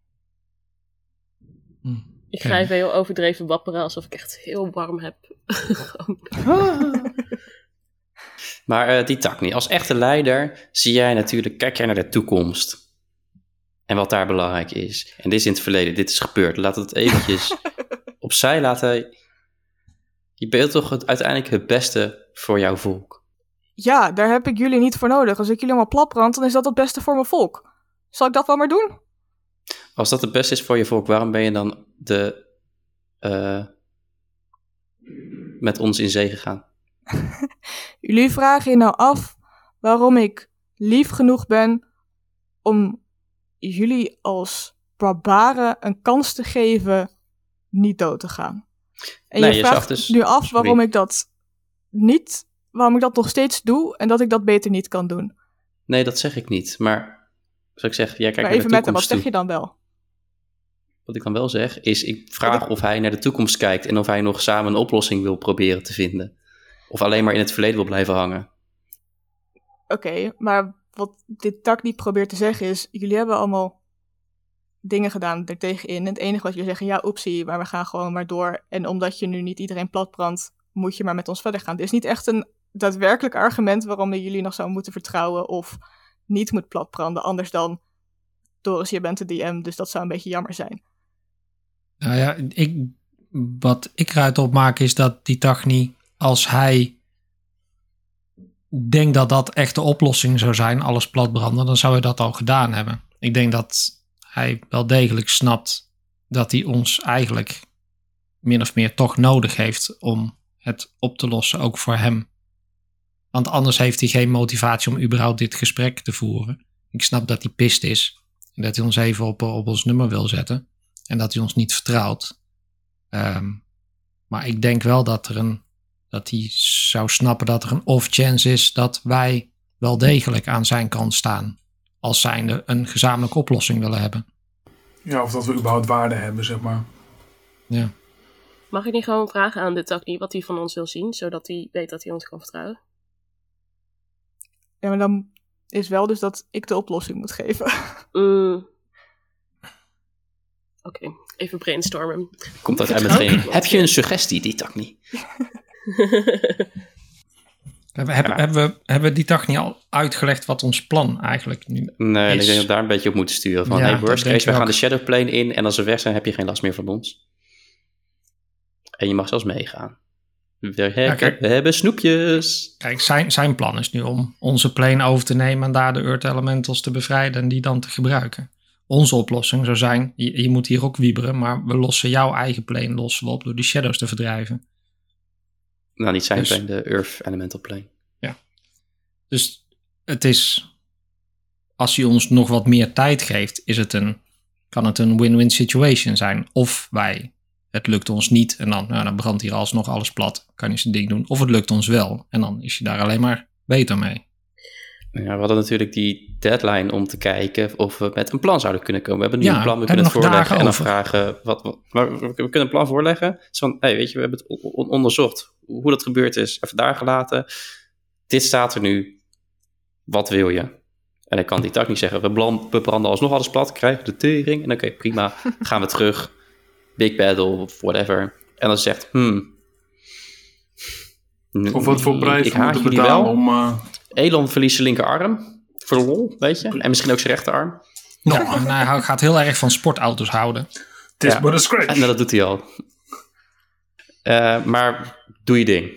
Speaker 3: Hm.
Speaker 4: Ik ga even heel overdreven wapperen, alsof ik echt heel warm heb.
Speaker 1: Maar uh, die Takni, als echte leider zie jij natuurlijk, kijk jij naar de toekomst. En wat daar belangrijk is. En dit is in het verleden, dit is gebeurd. Laat het eventjes opzij laten. Je bent toch het, uiteindelijk het beste voor jouw volk.
Speaker 6: Ja, daar heb ik jullie niet voor nodig. Als ik jullie allemaal platbrand, dan is dat het beste voor mijn volk. Zal ik dat wel maar doen?
Speaker 1: Als dat het beste is voor je volk, waarom ben je dan de, uh, met ons in zee gegaan?
Speaker 6: Jullie vragen je nou af waarom ik lief genoeg ben om jullie als barbaren een kans te geven niet dood te gaan. En
Speaker 1: nee,
Speaker 6: je,
Speaker 1: je
Speaker 6: vraagt
Speaker 1: dus...
Speaker 6: nu af waarom
Speaker 1: Sorry.
Speaker 6: ik dat niet, waarom ik dat nog steeds doe en dat ik dat beter niet kan doen.
Speaker 1: Nee, dat zeg ik niet. Maar zoals ik zeg, jij kijkt
Speaker 6: maar
Speaker 1: naar de
Speaker 6: even met hem, wat
Speaker 1: toekomst
Speaker 6: zeg
Speaker 1: toe.
Speaker 6: je dan wel?
Speaker 1: Wat ik dan wel zeg, is ik vraag of hij naar de toekomst kijkt en of hij nog samen een oplossing wil proberen te vinden. Of alleen maar in het verleden wil blijven hangen.
Speaker 6: Oké, okay, maar wat dit tak niet probeert te zeggen is, jullie hebben allemaal dingen gedaan er tegenin. En het enige wat jullie zeggen, ja, oepsie, maar we gaan gewoon maar door. En omdat je nu niet iedereen platbrandt, moet je maar met ons verder gaan. Dit is niet echt een daadwerkelijk argument waarom je jullie nog zou moeten vertrouwen of niet moet platbranden. Anders dan, Doris, je bent de D M, dus dat zou een beetje jammer zijn.
Speaker 3: Nou ja, ik, wat ik eruit opmaak is dat die Tagni, als hij denkt dat dat echt de oplossing zou zijn, alles platbranden, dan zou hij dat al gedaan hebben. Ik denk dat hij wel degelijk snapt dat hij ons eigenlijk min of meer toch nodig heeft om het op te lossen, ook voor hem. Want anders heeft hij geen motivatie om überhaupt dit gesprek te voeren. Ik snap dat hij pist is. En dat hij ons even op, op ons nummer wil zetten. En dat hij ons niet vertrouwt. Um, maar ik denk wel dat er een... dat hij zou snappen dat er een off-chance is dat wij wel degelijk aan zijn kant staan. Als zijnde een gezamenlijke oplossing willen hebben.
Speaker 5: Ja, of dat we überhaupt waarde hebben, zeg maar.
Speaker 3: Ja.
Speaker 4: Mag ik niet gewoon vragen aan de Takni wat hij van ons wil zien, zodat hij weet dat hij ons kan vertrouwen?
Speaker 6: Ja, maar dan is wel dus dat ik de oplossing moet geven.
Speaker 4: Mm. Oké, okay, even brainstormen.
Speaker 1: Komt dat uit meteen. Heb je een suggestie, die Takni?
Speaker 3: Hebben, hebben, ja. hebben, we, hebben we die dag niet al uitgelegd wat ons plan eigenlijk nu
Speaker 1: nee,
Speaker 3: is?
Speaker 1: Ik denk dat we daar een beetje op moeten sturen. Van,
Speaker 3: ja,
Speaker 1: hey, worst case, we
Speaker 3: ook.
Speaker 1: gaan de Shadowplane in en als we weg zijn, heb je geen last meer van ons. En je mag zelfs meegaan. We, hebben, ja, kijk, we hebben snoepjes.
Speaker 3: Kijk, zijn, zijn plan is nu om onze plane over te nemen en daar de Earth Elementals te bevrijden en die dan te gebruiken. Onze oplossing zou zijn, je, je moet hier ook wieberen, maar we lossen jouw eigen plane lossen we op door die Shadows te verdrijven.
Speaker 1: Nou, niet zijn
Speaker 3: dus,
Speaker 1: plane, de Earth Elemental Plane.
Speaker 3: Ja. Dus het is, als hij ons nog wat meer tijd geeft, is het een, kan het een win-win situation zijn. Of wij, het lukt ons niet en dan, nou, dan brandt hier alsnog alles plat, kan hij zijn ding doen. Of het lukt ons wel en dan is je daar alleen maar beter mee.
Speaker 1: Ja, we hadden natuurlijk die deadline om te kijken of we met een plan zouden kunnen komen. We hebben nu
Speaker 3: ja,
Speaker 1: een plan, we kunnen het voorleggen en dan
Speaker 3: over.
Speaker 1: vragen. Wat, wat, maar we kunnen een plan voorleggen. Het is van, hey, weet je, we hebben het on- onderzocht hoe dat gebeurd is. Even daar gelaten. Dit staat er nu. Wat wil je? En dan kan die tak niet zeggen, we, bland, we branden alsnog alles plat, krijgen de tering. En oké, okay, prima, gaan we terug. Big battle, whatever. En dan zegt, hmm.
Speaker 5: Of wat voor prijs
Speaker 1: ik
Speaker 5: we moeten
Speaker 1: jullie
Speaker 5: betalen
Speaker 1: wel.
Speaker 5: om... Uh...
Speaker 1: Elon verliest zijn linkerarm. Voor de lol, weet je. En misschien ook zijn rechterarm.
Speaker 3: Ja, en hij gaat heel erg van sportauto's houden.
Speaker 5: Het is maar een scratch.
Speaker 1: En dat doet hij al. Uh, maar doe je ding.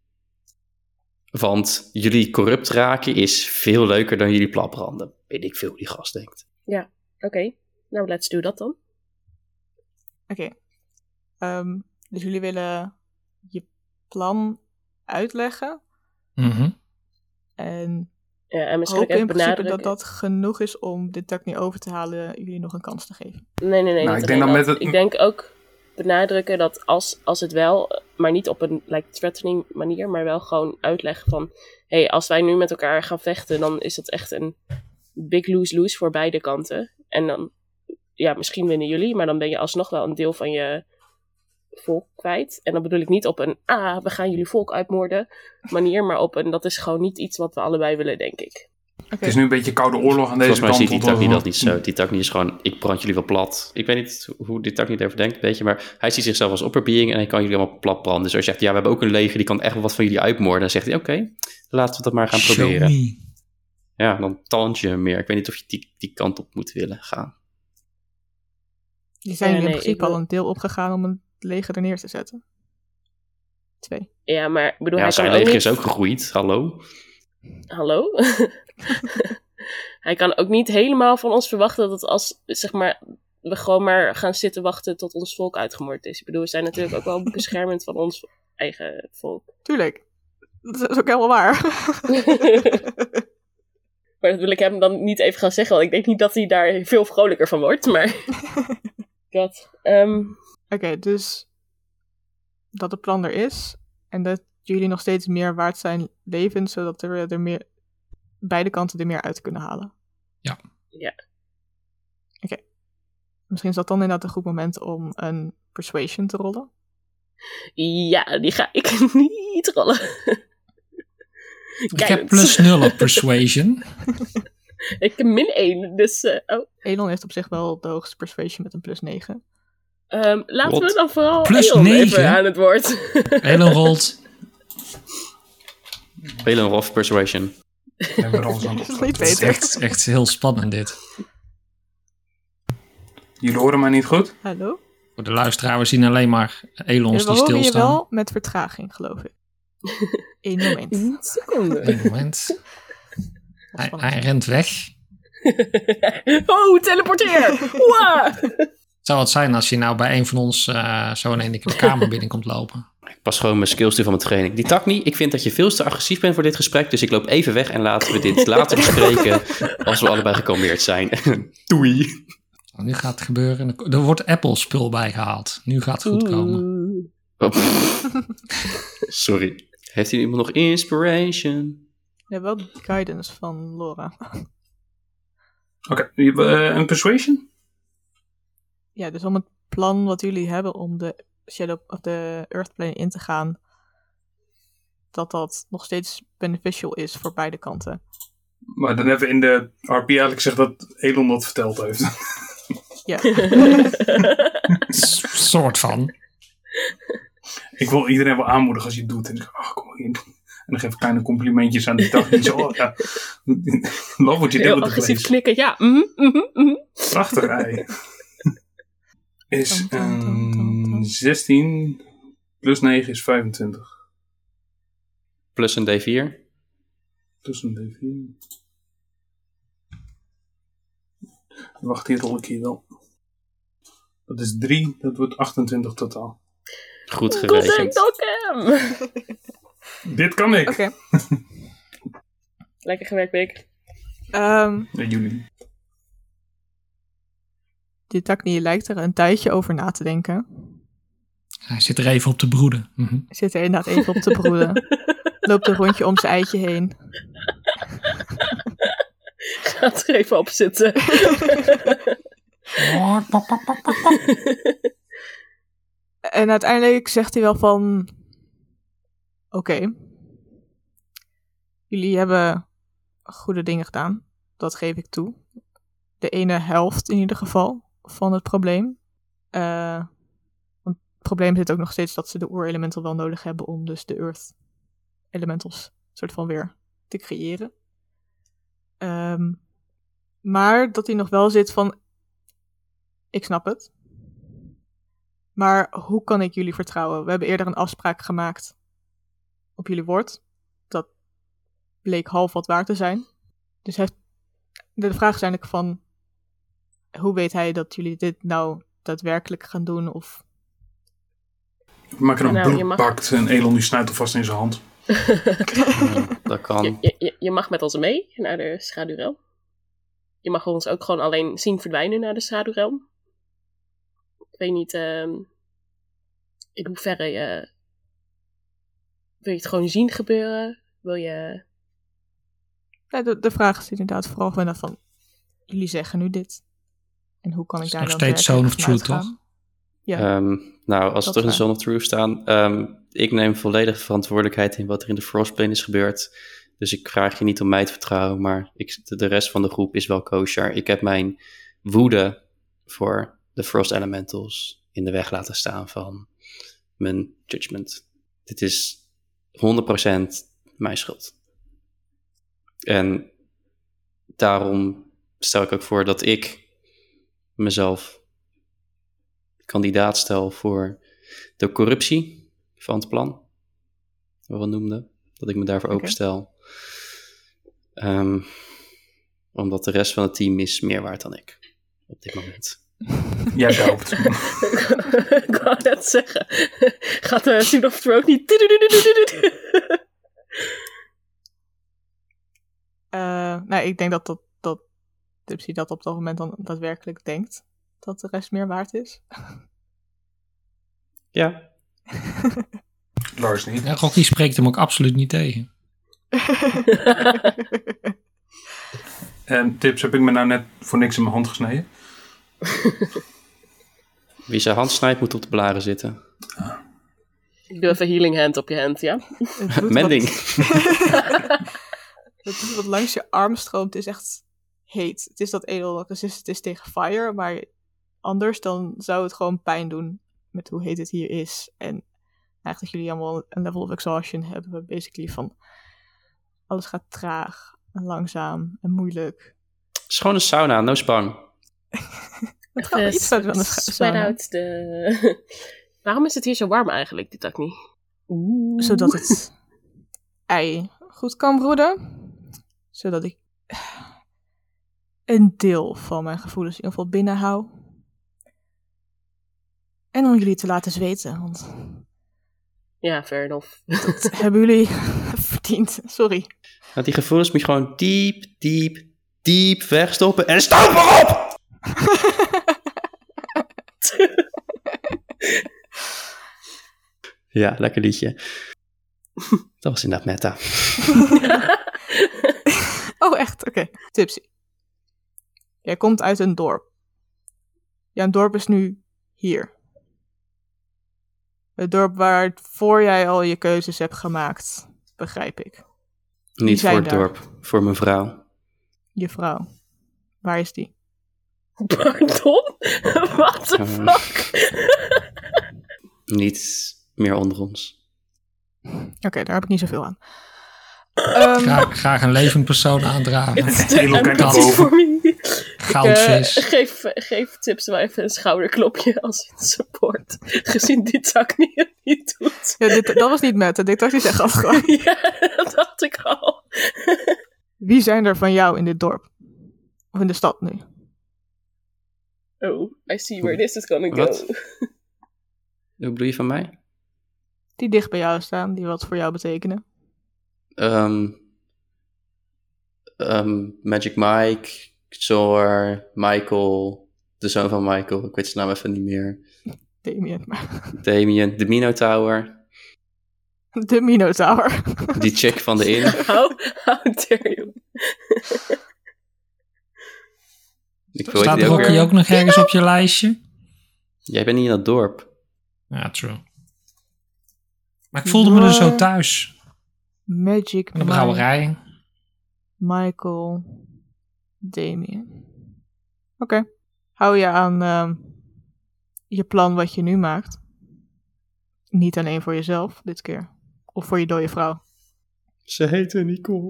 Speaker 1: Want jullie corrupt raken is veel leuker dan jullie platbranden. Weet ik veel hoe die gast denkt.
Speaker 4: Ja, oké. Okay. Nou, let's do dat dan.
Speaker 6: Oké. Okay. Um, dus jullie willen je plan uitleggen.
Speaker 3: Mm-hmm.
Speaker 6: En,
Speaker 4: ja, en misschien
Speaker 6: hopen
Speaker 4: ook
Speaker 6: in
Speaker 4: even
Speaker 6: principe dat dat genoeg is om dit tak niet over te halen, jullie nog een kans te geven.
Speaker 4: Nee, nee, nee.
Speaker 5: Nou,
Speaker 4: niet
Speaker 5: ik, denk dan
Speaker 4: dat.
Speaker 5: met het...
Speaker 4: ik denk ook benadrukken dat als, als het wel, maar niet op een like, threatening manier, maar wel gewoon uitleggen van, hé, hey, als wij nu met elkaar gaan vechten, dan is het echt een big lose-lose voor beide kanten. En dan, ja, misschien winnen jullie, maar dan ben je alsnog wel een deel van je volk kwijt. En dan bedoel ik niet op een, ah, we gaan jullie volk uitmoorden manier, maar op een, dat is gewoon niet iets wat we allebei willen, denk ik.
Speaker 5: Okay. Het is nu een beetje koude oorlog aan deze
Speaker 1: Volgens mij
Speaker 5: kant.
Speaker 1: ziet die tak niet dat niet zo. Die tak niet is gewoon, ik brand jullie wel plat. Ik weet niet hoe die tak niet over denkt, weet je, maar hij ziet zichzelf als opperbeing en hij kan jullie allemaal plat branden. Dus als je zegt, ja, we hebben ook een leger, die kan echt wel wat van jullie uitmoorden, dan zegt hij, oké, okay, laten we dat maar gaan
Speaker 3: Show
Speaker 1: proberen.
Speaker 3: Me.
Speaker 1: Ja, dan taunt je hem meer. Ik weet niet of je die, die kant op moet willen gaan.
Speaker 6: Die zijn
Speaker 4: ja,
Speaker 6: jullie
Speaker 4: nee,
Speaker 6: in principe
Speaker 4: wil...
Speaker 6: al een deel opgegaan om een leger er neer te zetten. Twee.
Speaker 4: Ja, maar bedoel,
Speaker 1: ja,
Speaker 4: hij
Speaker 1: zijn
Speaker 4: kan
Speaker 1: leger
Speaker 4: ook
Speaker 1: is
Speaker 4: niet...
Speaker 1: ook gegroeid, hallo?
Speaker 4: Hallo? Hij kan ook niet helemaal van ons verwachten dat als, zeg maar, we gewoon maar gaan zitten wachten tot ons volk uitgemoord is. Ik bedoel, we zijn natuurlijk ook wel beschermend van ons eigen volk.
Speaker 6: Tuurlijk. Dat is ook helemaal waar.
Speaker 4: Maar dat wil ik hem dan niet even gaan zeggen, want ik denk niet dat hij daar veel vrolijker van wordt, maar... God. Um...
Speaker 6: Oké, okay, dus dat het plan er is en dat jullie nog steeds meer waard zijn levend, zodat er, er meer, beide kanten er meer uit kunnen halen.
Speaker 3: Ja.
Speaker 4: Ja.
Speaker 6: Oké. Okay. Misschien is dat dan inderdaad een goed moment om een persuasion te rollen.
Speaker 4: Ja, die ga ik niet rollen.
Speaker 3: Ik heb plus nul op persuasion.
Speaker 4: Ik heb min één, dus... Uh, oh.
Speaker 6: Elon heeft op zich wel de hoogste persuasion met een plus negen.
Speaker 4: Um, laten
Speaker 1: What?
Speaker 4: we dan vooral
Speaker 3: plus
Speaker 4: Elon
Speaker 3: negen?
Speaker 4: even aan het woord.
Speaker 3: Elon rolt.
Speaker 1: Elon rolt persuasion.
Speaker 5: Ja, we rollen
Speaker 6: dat is niet
Speaker 3: Het is
Speaker 6: beter.
Speaker 3: echt, echt heel spannend dit.
Speaker 5: Jullie horen mij niet goed?
Speaker 6: Hallo?
Speaker 3: Voor de luisteraar, we zien alleen maar Elons
Speaker 6: ja, we
Speaker 3: die
Speaker 6: horen je
Speaker 3: stilstaan.
Speaker 6: wel met vertraging, geloof ik. Eén moment.
Speaker 4: Eén seconde.
Speaker 3: Eén moment. Hij, hij rent weg.
Speaker 4: Oh, teleporteer! Wow!
Speaker 3: Zou het zijn als je nou bij een van ons uh, zo in één keer de kamer binnenkomt lopen?
Speaker 1: Ik pas gewoon mijn skills doen van mijn training. Die Takni, ik vind dat je veel te agressief bent voor dit gesprek, dus ik loop even weg en laten we dit later bespreken als we allebei gekalmeerd zijn. Doei.
Speaker 3: Nu gaat het gebeuren. Er wordt Apple-spul bijgehaald. Nu gaat het goed komen.
Speaker 1: Oh, sorry. Heeft hier iemand nog inspiration?
Speaker 6: Ja, wel guidance van Laura.
Speaker 5: Oké, okay, uh, een persuasion?
Speaker 6: Ja, dus om het plan wat jullie hebben om de Shadow of the Earthplane in te gaan, dat dat nog steeds beneficial is voor beide kanten.
Speaker 5: Maar dan hebben we in de R P eigenlijk gezegd dat Elon dat verteld heeft.
Speaker 6: Ja.
Speaker 3: Soort van.
Speaker 5: Ik wil iedereen wel aanmoedigen als je het doet. En ik oh, kom maar in. En dan geef ik kleine complimentjes aan die dag. En zo, oh, ja. Love what you did
Speaker 4: Heel
Speaker 5: with the
Speaker 4: agressief
Speaker 5: place.
Speaker 4: knikken, ja. Mm-hmm, mm-hmm, mm-hmm.
Speaker 5: Prachtig, ei. Is um, zestien plus negen is vijfentwintig.
Speaker 1: Plus een D vier.
Speaker 5: Plus een D vier. Wacht, hier rol ik hier wel. Dat is drie, dat wordt achtentwintig totaal.
Speaker 1: Goed
Speaker 4: Goed
Speaker 1: gerekend.
Speaker 4: hem.
Speaker 5: Dit kan ik.
Speaker 6: Oké. Okay.
Speaker 4: Lekker gewerkt, Beek.
Speaker 6: Um,
Speaker 5: Nee, jullie.
Speaker 6: die Takni lijkt er een tijdje over na te denken.
Speaker 3: Hij zit er even op te broeden. Mm-hmm.
Speaker 6: Zit er inderdaad even op te broeden. Loopt een rondje om zijn eitje heen.
Speaker 4: Gaat er even op zitten.
Speaker 6: En uiteindelijk zegt hij wel van... Oké. Okay. Jullie hebben goede dingen gedaan. Dat geef ik toe. De ene helft in ieder geval van het probleem. Uh, want het probleem zit ook nog steeds dat ze de oerelemental wel nodig hebben om dus de Earth Elementals soort van weer te creëren. Um, maar dat hij nog wel zit van... Ik snap het. Maar hoe kan ik jullie vertrouwen? We hebben eerder een afspraak gemaakt op jullie woord. Dat bleek half wat waar te zijn. Dus hij, de vraag is eigenlijk van... Hoe weet hij dat jullie dit nou daadwerkelijk gaan doen? Of...
Speaker 5: We maken een
Speaker 4: nou,
Speaker 5: bloedpact mag... en Elon die snijdt alvast in zijn hand.
Speaker 1: Ja, dat kan.
Speaker 4: Je, je, je mag met ons mee naar de schaduwrealm. Je mag ons ook gewoon alleen zien verdwijnen naar de schaduwrealm. Ik weet niet uh, in hoeverre je... Wil je het gewoon zien gebeuren? Wil je...
Speaker 6: Ja, de, de vraag is inderdaad vooral van, van... Jullie zeggen nu dit. En hoe kan ik daar dan...
Speaker 3: Nog steeds Zone of Truth, toch?
Speaker 6: Ja.
Speaker 1: Um, nou, als we terug in Zone of Truth staan... Um, ik neem volledige verantwoordelijkheid in wat er in de Frostplane is gebeurd. Dus ik vraag je niet om mij te vertrouwen, maar ik, de, de rest van de groep is wel kosher. Ik heb mijn woede voor de Frost Elementals in de weg laten staan van mijn judgment. Dit is honderd procent mijn schuld. En daarom stel ik ook voor dat ik mezelf kandidaat stel voor de corruptie van het plan, wat we noemden. Dat ik me daarvoor okay. openstel. Um, omdat de rest van het team is meer waard dan ik. Op dit moment.
Speaker 5: Jij doubt.
Speaker 4: Ik wou net zeggen. Gaat de Zone of Truth ook niet...
Speaker 6: Uh, nou, ik denk dat, dat, dat Tipsy dat op dat moment dan daadwerkelijk denkt. Dat de rest meer waard is.
Speaker 1: Ja.
Speaker 5: Lars niet.
Speaker 3: Ja, Rocky spreekt hem ook absoluut niet tegen.
Speaker 5: En Tips, heb ik me nou net voor niks in mijn hand gesneden?
Speaker 1: Wie zijn hand snijdt, moet op de blaren zitten.
Speaker 5: Ah.
Speaker 4: Ik doe even healing hand op je hand, ja?
Speaker 1: Mending.
Speaker 6: Het bloed wat langs je arm stroomt is echt heet. Het is dat edel resistent is tegen fire, maar anders dan zou het gewoon pijn doen met hoe heet het hier is. En eigenlijk dat jullie allemaal een level of exhaustion hebben, basically van alles gaat traag en langzaam en moeilijk.
Speaker 1: Het is gewoon een sauna, no spang.
Speaker 6: Het gaat wel iets verder dan een sauna.
Speaker 4: Out de... Waarom is het hier zo warm eigenlijk, dit ook niet?
Speaker 6: Oeh. Zodat het ei goed kan broeden. Zodat ik een deel van mijn gevoelens in ieder geval binnenhoud. En om jullie te laten zweten, want
Speaker 4: Ja, fair enough.
Speaker 6: Dat hebben jullie verdiend. Sorry.
Speaker 1: Want die gevoelens moet je gewoon diep, diep, diep wegstoppen en stoot maar op! Ja, lekker liedje. Dat was inderdaad meta.
Speaker 6: Oh, echt? Oké. Okay. Tipsy. Jij komt uit een dorp. Jouw dorp is nu hier. Het dorp waar voor jij al je keuzes hebt gemaakt, begrijp ik.
Speaker 1: Niet voor het
Speaker 6: daar?
Speaker 1: dorp, voor mijn vrouw.
Speaker 6: Je vrouw. Waar is die?
Speaker 4: Pardon? What the
Speaker 1: Uh,
Speaker 4: fuck?
Speaker 1: Niet meer onder ons.
Speaker 6: Oké, okay, daar heb ik niet zoveel aan. Um,
Speaker 3: Graag, graag een levend persoon aandragen.
Speaker 4: It's too
Speaker 5: Elo kijkt naar
Speaker 4: empty
Speaker 5: boven.
Speaker 4: for me.
Speaker 3: Goudvis.
Speaker 4: Ik, uh, geef, geef tips wel even een schouderklopje als het support. Gezien dit zak niet, niet doet.
Speaker 6: ja, dit, dat was niet met. Dit dacht ik zeg al gewoon.
Speaker 4: Ja, dat dacht ik al.
Speaker 6: Wie zijn er van jou in dit dorp? Of in de stad nu?
Speaker 4: Oh, I see where this is gonna go.
Speaker 1: Wat? Hoe bedoel je van mij?
Speaker 6: Die dicht bij jou staan, die wat voor jou betekenen.
Speaker 1: Um, um, Magic Mike, Xor, Michael, de zoon van Michael, ik weet zijn naam even niet meer.
Speaker 6: Damien, maar...
Speaker 1: Damien, de Minotaur,
Speaker 6: De Minotaur.
Speaker 1: die chick van de inn.
Speaker 4: How, how dare you?
Speaker 1: Ik weet
Speaker 3: Staat
Speaker 1: die ook
Speaker 3: Rocky
Speaker 1: weer.
Speaker 3: ook nog ergens op je lijstje?
Speaker 1: Jij bent niet in dat dorp.
Speaker 3: Ja, true. Maar ik voelde me er zo thuis.
Speaker 6: Magic
Speaker 3: In de
Speaker 6: Mike,
Speaker 3: brouwerij.
Speaker 6: Michael, Damien. Oké. Okay. Hou je aan uh, je plan wat je nu maakt? Niet alleen voor jezelf, dit keer. Of voor je dode vrouw.
Speaker 1: Ze heette Nicole.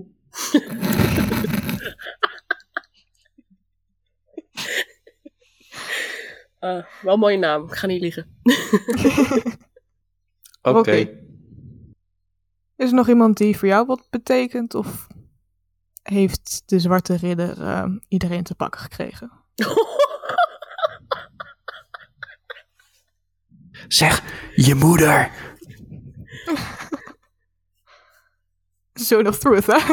Speaker 4: Uh, wel een mooie naam, ik ga niet liegen.
Speaker 1: Oké.
Speaker 6: Okay. Is er nog iemand die voor jou wat betekent? Of heeft de Zwarte Ridder uh, iedereen te pakken gekregen?
Speaker 1: Zeg, je moeder.
Speaker 6: Zone of Truth, hè?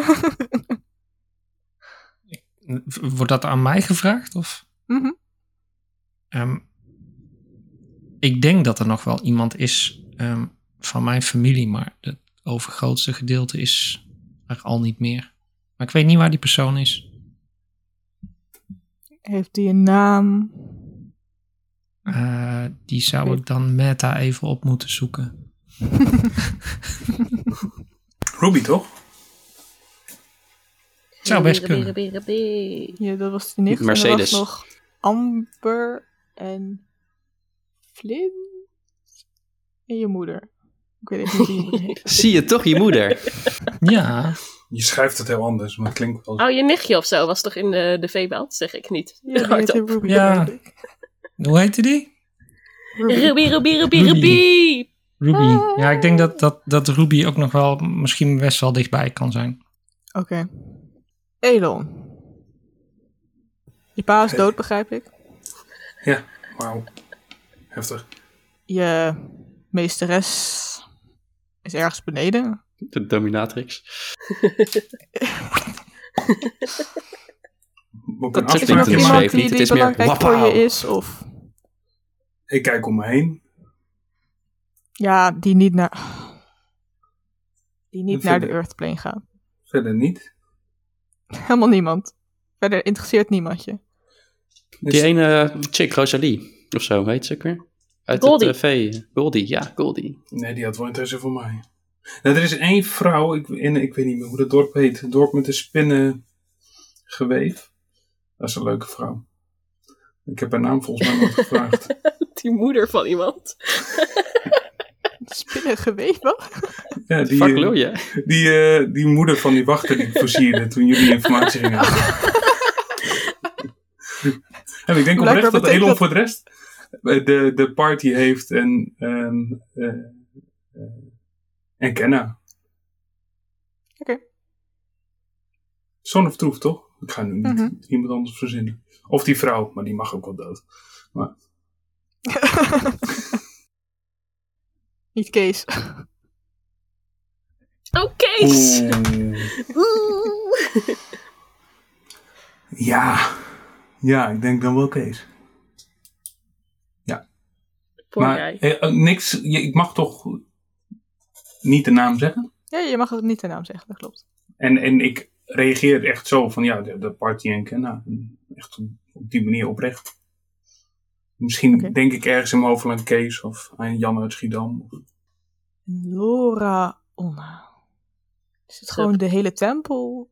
Speaker 3: Wordt dat aan mij gevraagd? Of?
Speaker 6: Mm-hmm.
Speaker 3: Um, ik denk dat er nog wel iemand is um, van mijn familie, maar het overgrootste gedeelte is er al niet meer. Maar ik weet niet waar die persoon is.
Speaker 6: Heeft die een naam?
Speaker 3: Uh, die zou ik dan meta even op moeten zoeken.
Speaker 5: Ruby, toch?
Speaker 3: Zou best kunnen.
Speaker 6: Ja, dat was die nicht.
Speaker 1: Mercedes.
Speaker 6: En er was nog Amber en Flynn en je moeder. Ik weet even niet wie je moeder heet.
Speaker 1: Zie je toch je moeder?
Speaker 3: Ja.
Speaker 5: Je schrijft het heel anders, maar het klinkt wel...
Speaker 4: Oh, je nichtje of zo was toch in de, de veebelt? Zeg ik niet.
Speaker 6: Ja, die heette
Speaker 4: Hardop.
Speaker 6: Ruby.
Speaker 3: Ja. Hoe heette die?
Speaker 6: Ruby.
Speaker 4: Ruby, Ruby, Ruby,
Speaker 3: Ruby.
Speaker 4: Ruby!
Speaker 3: Ruby. Ja, ik denk dat, dat, dat Ruby ook nog wel misschien best wel dichtbij kan zijn.
Speaker 6: Oké. Okay. Elon. Je pa is dood, begrijp ik.
Speaker 5: Ja, wauw. Heftig.
Speaker 6: Je meesteres is ergens beneden.
Speaker 1: De dominatrix.
Speaker 5: Ook
Speaker 1: Dat
Speaker 5: een
Speaker 1: klinkt
Speaker 6: Is er nog
Speaker 5: afspraakje
Speaker 1: een
Speaker 6: iemand
Speaker 5: maken.
Speaker 1: schreef
Speaker 6: die,
Speaker 1: niet,
Speaker 6: die
Speaker 1: het is meer
Speaker 6: belangrijk voor
Speaker 1: wapau.
Speaker 6: je is? Of
Speaker 5: Ik kijk om me heen.
Speaker 6: ja, die niet naar... Die niet
Speaker 5: Dat
Speaker 6: naar
Speaker 5: vind
Speaker 6: de
Speaker 5: ik.
Speaker 6: Earthplane gaan.
Speaker 5: Verder niet.
Speaker 6: Helemaal niemand. Verder interesseert niemand je.
Speaker 5: Dus
Speaker 1: Die ene chick, Rosalie, of zo, heet ze ook weer? Uit
Speaker 4: Goldie.
Speaker 1: het uh, vee. Goldie, ja, Goldie.
Speaker 5: Nee, die had wel interesse voor mij. Nou, er is één vrouw, ik, in, ik weet niet meer hoe dat dorp heet. Het dorp met de spinnengeweef. Dat is een leuke vrouw. Ik heb haar naam volgens mij nooit gevraagd.
Speaker 4: Die moeder van iemand.
Speaker 6: Spinnengeweven?
Speaker 5: Ja, die,
Speaker 1: Fuck
Speaker 5: eh,
Speaker 1: lul je?
Speaker 5: die, uh, die moeder van die wachter die ik versierde toen jullie informatie gingen halen. En ik denk
Speaker 6: Blijkbaar
Speaker 5: oprecht dat
Speaker 6: betekent
Speaker 5: Elon
Speaker 6: dat-
Speaker 5: voor de rest de, de party heeft en, en, uh, uh, en Kenna.
Speaker 6: Oké.
Speaker 5: Son of Truth, toch? Ik ga nu niet
Speaker 6: Mhm.
Speaker 5: iemand anders verzinnen. Of die vrouw, maar die mag ook wel dood. Maar
Speaker 6: Niet Kees.
Speaker 4: Oh, Kees!
Speaker 5: Oeh.
Speaker 4: Oeh.
Speaker 5: Ja. Ja, ik denk dan wel Kees. Ja.
Speaker 4: Poor
Speaker 5: Maar
Speaker 4: guy.
Speaker 5: eh, niks, je, ik mag toch niet de naam zeggen?
Speaker 6: Ja, je mag ook niet de naam zeggen, dat klopt.
Speaker 5: En, en ik reageer echt zo van, ja, de, de party en ken, nou, echt op die manier oprecht. Misschien
Speaker 6: Oké.
Speaker 5: denk ik ergens in mijn hoofd aan Kees of aan Jan uit Schiedam. Of...
Speaker 6: Laura Onna. Is het gewoon de hele tempel?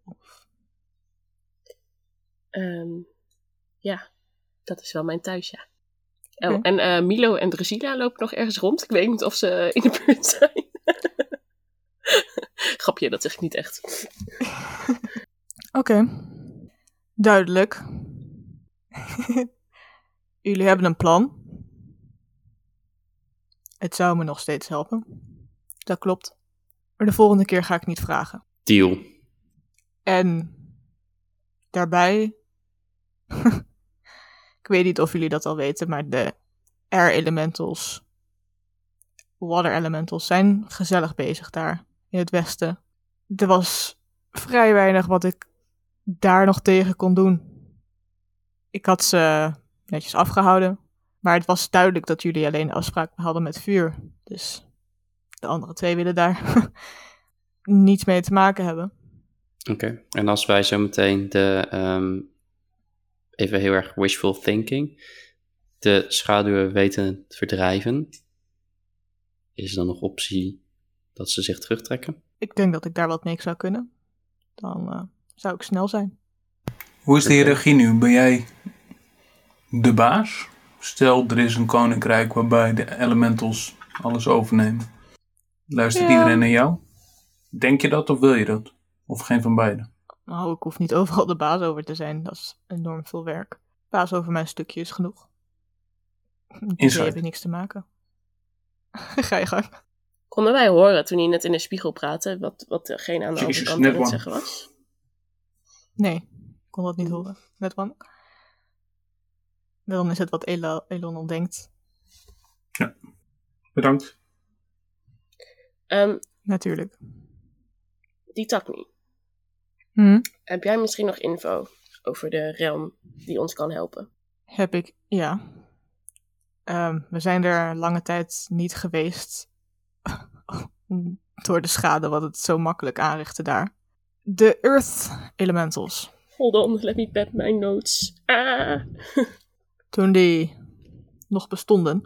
Speaker 4: Um, ja, dat is wel mijn thuis, ja.
Speaker 6: Oké.
Speaker 4: Oh, en uh, Milo en Drusilla lopen nog ergens rond. Ik weet niet of ze in de buurt zijn. Grapje, dat zeg ik niet echt.
Speaker 6: Oké. Okay. Duidelijk. Jullie hebben een plan. Het zou me nog steeds helpen. Dat klopt. Maar de volgende keer ga ik niet vragen.
Speaker 1: Deal.
Speaker 6: En daarbij... ik weet niet of jullie dat al weten, maar de air elementals, water elementals zijn gezellig bezig daar in het westen. Er was vrij weinig wat ik daar nog tegen kon doen. Ik had ze netjes afgehouden, maar het was duidelijk dat jullie alleen afspraak hadden met vuur. Dus de andere twee willen daar niets mee te maken hebben.
Speaker 1: Oké, okay. En als wij zo meteen de, um, even heel erg wishful thinking, de schaduwen weten te verdrijven, is er dan nog optie dat ze zich terugtrekken?
Speaker 6: Ik denk dat ik daar wat mee zou kunnen. Dan uh, zou ik snel zijn.
Speaker 5: Hoe is de hiërarchie nu? Ben jij de baas? Stel, er is een koninkrijk waarbij de elementals alles overnemen. Luistert ja. iedereen naar jou? Denk je dat of wil je dat? Of geen van beide?
Speaker 6: Nou, ik hoef niet overal de baas over te zijn. Dat is enorm veel werk. Baas over mijn stukje is genoeg. Die heb ik niks te maken. Ga je gang.
Speaker 4: Konden wij horen toen hij net in de spiegel praatte wat, wat degene aan de
Speaker 5: Jezus,
Speaker 4: andere kant aan het
Speaker 5: one.
Speaker 4: zeggen was?
Speaker 6: Nee, ik kon dat niet horen. Net one. Daarom is het wat Elo- Elon al denkt.
Speaker 5: Ja, bedankt.
Speaker 4: Um,
Speaker 6: Natuurlijk.
Speaker 4: Die Takni.
Speaker 6: Hm?
Speaker 4: Heb jij misschien nog info over de realm die ons kan helpen?
Speaker 6: Heb ik, ja. Um, we zijn er lange tijd niet geweest. Door de schade wat het zo makkelijk aanrichtte daar. De Earth Elementals.
Speaker 4: Hold on, let me pad my notes. Ah.
Speaker 6: Toen die nog bestonden.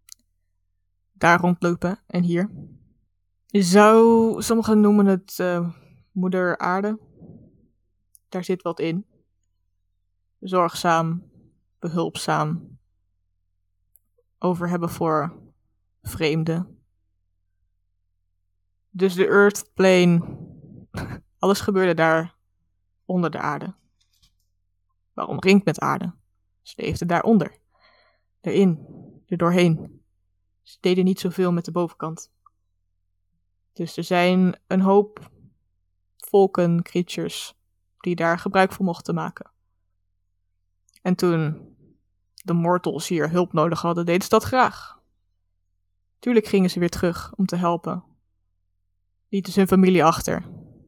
Speaker 6: Daar rondlopen en hier. Zou, sommigen noemen het uh, moeder aarde. Daar zit wat in. Zorgzaam, behulpzaam. Over hebben voor vreemden. Dus de Earth Plane. Alles gebeurde daar onder de aarde. Maar omringd met aarde. Ze leefden daaronder. Erin. Er doorheen. Ze deden niet zoveel met de bovenkant. Dus er zijn een hoop volken, creatures, die daar gebruik van mochten maken. En toen de mortals hier hulp nodig hadden, deden ze dat graag. Tuurlijk gingen ze weer terug om te helpen. Lieten ze hun familie achter.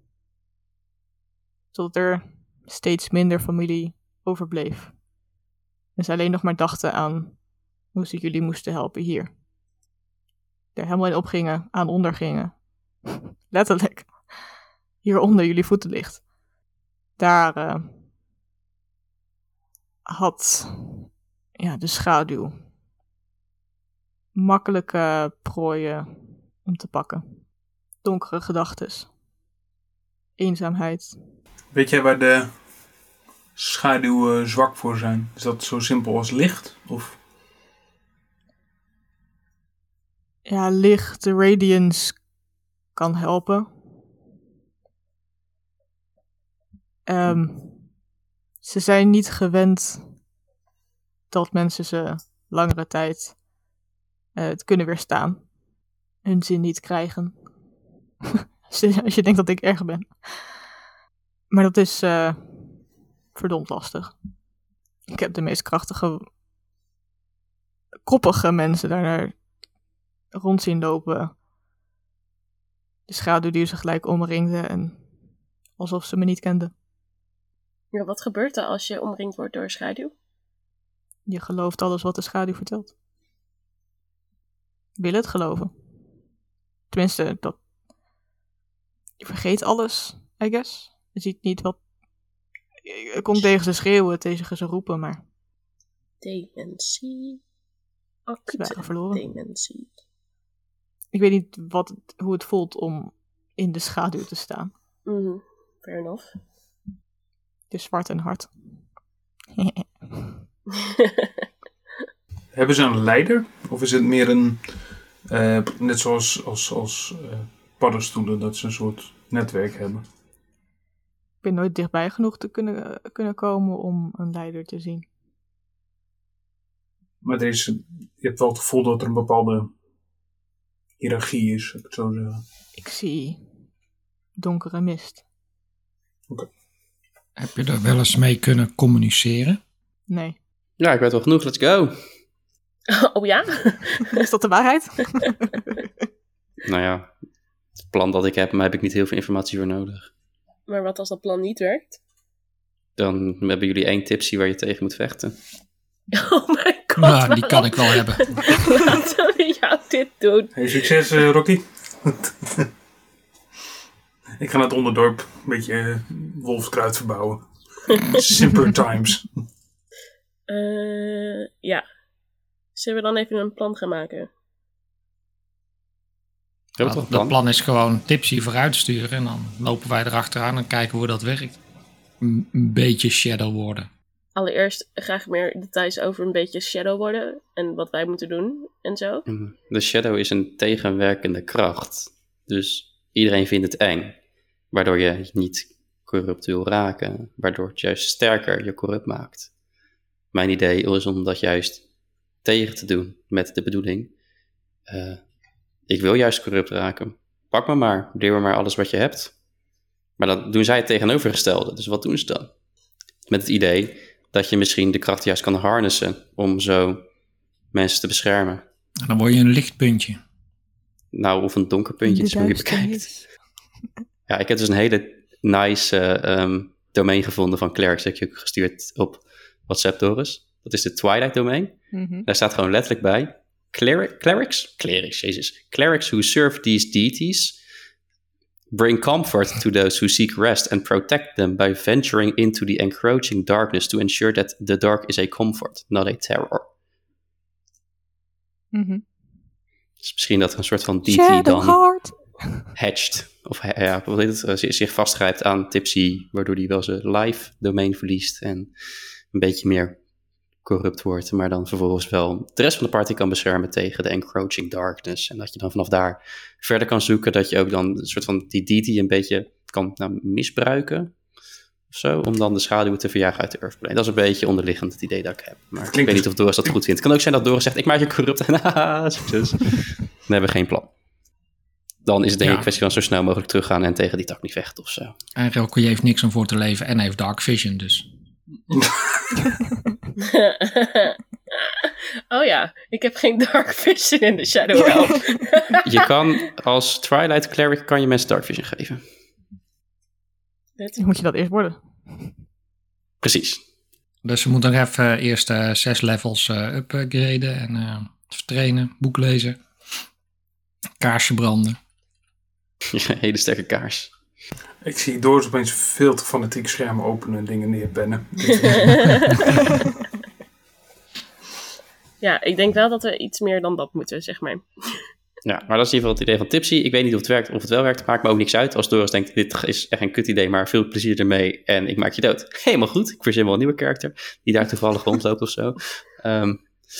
Speaker 6: Totdat er steeds minder familie overbleef. En ze alleen nog maar dachten aan hoe ze jullie moesten helpen hier. Er helemaal in opgingen, aan ondergingen. Letterlijk. Hier onder jullie voeten ligt. Daar uh, had ja, de schaduw makkelijke prooien om te pakken. Donkere gedachtes. Eenzaamheid.
Speaker 5: Weet jij waar de schaduwen zwak voor zijn? Is dat zo simpel als licht? Of?
Speaker 6: Ja, licht, de radiance kan helpen. Um, ze zijn niet gewend dat mensen ze langere tijd uh, het kunnen weerstaan. Hun zin niet krijgen. Als je denkt dat ik erg ben. Maar dat is uh, verdomd lastig. Ik heb de meest krachtige, koppige mensen daar rond zien lopen. De schaduw die ze gelijk omringde en alsof ze me niet kende.
Speaker 4: Ja, wat gebeurt er als je omringd wordt door een schaduw?
Speaker 6: Je gelooft alles wat de schaduw vertelt. Wil het geloven. Tenminste, dat... Je vergeet alles, I guess. Je ziet niet wat... Je kon tegen ze schreeuwen, tegen ze roepen, maar...
Speaker 4: Dementie.
Speaker 6: Ze waren verloren.
Speaker 4: Dementie.
Speaker 6: Ik weet niet wat, het- hoe het voelt om in de schaduw te staan.
Speaker 4: Mm, fair enough.
Speaker 6: Het is zwart en hard.
Speaker 5: Hebben ze een leider? Of is het meer een... eh, net zoals als, als eh, paddenstoelen, dat ze een soort netwerk hebben?
Speaker 6: Ik ben nooit dichtbij genoeg te kunnen, kunnen komen om een leider te zien.
Speaker 5: Maar er is, je hebt wel het gevoel dat er een bepaalde hiërarchie is, zou ik het zo zeggen.
Speaker 6: Ik zie donkere mist.
Speaker 3: Heb je er wel eens mee kunnen communiceren?
Speaker 6: Nee.
Speaker 1: Ja, ik weet wel genoeg. Let's go.
Speaker 4: Oh ja?
Speaker 6: Is dat de waarheid?
Speaker 1: Nou ja, het plan dat ik heb, maar heb ik niet heel veel informatie voor nodig.
Speaker 4: Maar wat als dat plan niet werkt?
Speaker 1: Dan hebben jullie één tipsy waar je tegen moet vechten.
Speaker 4: Oh my god.
Speaker 3: Nou, die kan
Speaker 4: waarom-
Speaker 3: ik wel hebben.
Speaker 4: Laten we jou dit doen.
Speaker 5: Hey, succes eh, Rocky. Ik ga naar het onderdorp een beetje eh, wolfskruid verbouwen. Simpler times.
Speaker 4: Eh, ja. Zullen we dan even een plan gaan maken?
Speaker 1: We hebben toch
Speaker 3: Nou,
Speaker 1: een
Speaker 3: dat
Speaker 1: plan?
Speaker 3: plan is gewoon tipsy vooruit sturen en dan lopen wij erachteraan en kijken hoe dat werkt. Een een beetje shadow worden.
Speaker 4: Allereerst graag meer details over een beetje shadow worden. En wat wij moeten doen en zo.
Speaker 1: De shadow is een tegenwerkende kracht. Dus iedereen vindt het eng. Waardoor je niet corrupt wil raken. Waardoor het juist sterker je corrupt maakt. Mijn idee is om dat juist tegen te doen. Met de bedoeling. eh, ik wil juist corrupt raken. Pak me maar. Leer me maar alles wat je hebt. Maar dan doen zij het tegenovergestelde. Dus wat doen ze dan? Met het idee dat je misschien de kracht juist kan harnessen. Om zo mensen te beschermen.
Speaker 3: En dan word je een lichtpuntje.
Speaker 1: Nou, of een donker puntje, is hoe je bekijkt. Ja, ik heb dus een hele nice eh, ehm, domein gevonden van Clerics. Dat heb ik ook gestuurd op WhatsApp, Doris. Dat is de Twilight domein.
Speaker 6: Mhm.
Speaker 1: Daar staat gewoon letterlijk bij. Cleric, clerics? Clerics, jezus. Clerics who serve these deities bring comfort to those who seek rest and protect them by venturing into the encroaching darkness to ensure that the dark is a comfort, not a terror.
Speaker 6: Mhm.
Speaker 1: Dus misschien dat er een soort van deity dan
Speaker 6: Shadowheart.
Speaker 1: hatched, of he- ja, wat heet het, eh, zich- zich vastgrijpt aan Tipsy, waardoor hij wel zijn live domein verliest en een beetje meer corrupt wordt, maar dan vervolgens wel de rest van de party kan beschermen tegen de encroaching darkness. En dat je dan vanaf daar verder kan zoeken, dat je ook dan een soort van die deity een beetje kan nou, misbruiken, of zo, om dan de schaduwen te verjagen uit de Earthplane. Dat is een beetje onderliggend het idee dat ik heb. Maar ik
Speaker 5: Klinkt
Speaker 1: weet niet
Speaker 5: dus-
Speaker 1: of Doris dat goed vindt. Het kan ook zijn dat Doris zegt, ik maak je corrupt en haha, succes. Dan hebben we geen plan. Dan is het denk ik
Speaker 3: Ja.
Speaker 1: een kwestie van zo snel mogelijk teruggaan en tegen die tak niet vechten of zo.
Speaker 3: En Relkoje heeft niks om voor te leven en heeft dark vision, dus...
Speaker 4: Oh ja, ik heb geen dark vision in de Shadow Realm.
Speaker 1: Je kan als Twilight Cleric kan je mensen Dark Vision geven.
Speaker 4: Dit-
Speaker 6: Dan moet je dat eerst worden.
Speaker 1: Precies.
Speaker 3: Dus we moeten nog even eerst eh, zes levels eh, upgraden en eh trainen, boek lezen, kaarsje branden.
Speaker 1: Een hele sterke kaars.
Speaker 5: Ik zie Doris opeens veel te fanatiek schermen openen en dingen neerpennen.
Speaker 4: Ja, ik denk wel dat we iets meer dan dat moeten, zeg maar.
Speaker 1: Ja, maar dat is in ieder geval het idee van Tipsy. Ik weet niet of het werkt of het wel werkt. Maakt me ook niks uit. Als Doris denkt, dit is echt een kut idee, maar veel plezier ermee en ik maak je dood. Helemaal goed. Ik verzin wel een nieuwe karakter die daar toevallig rondloopt of zo. Um,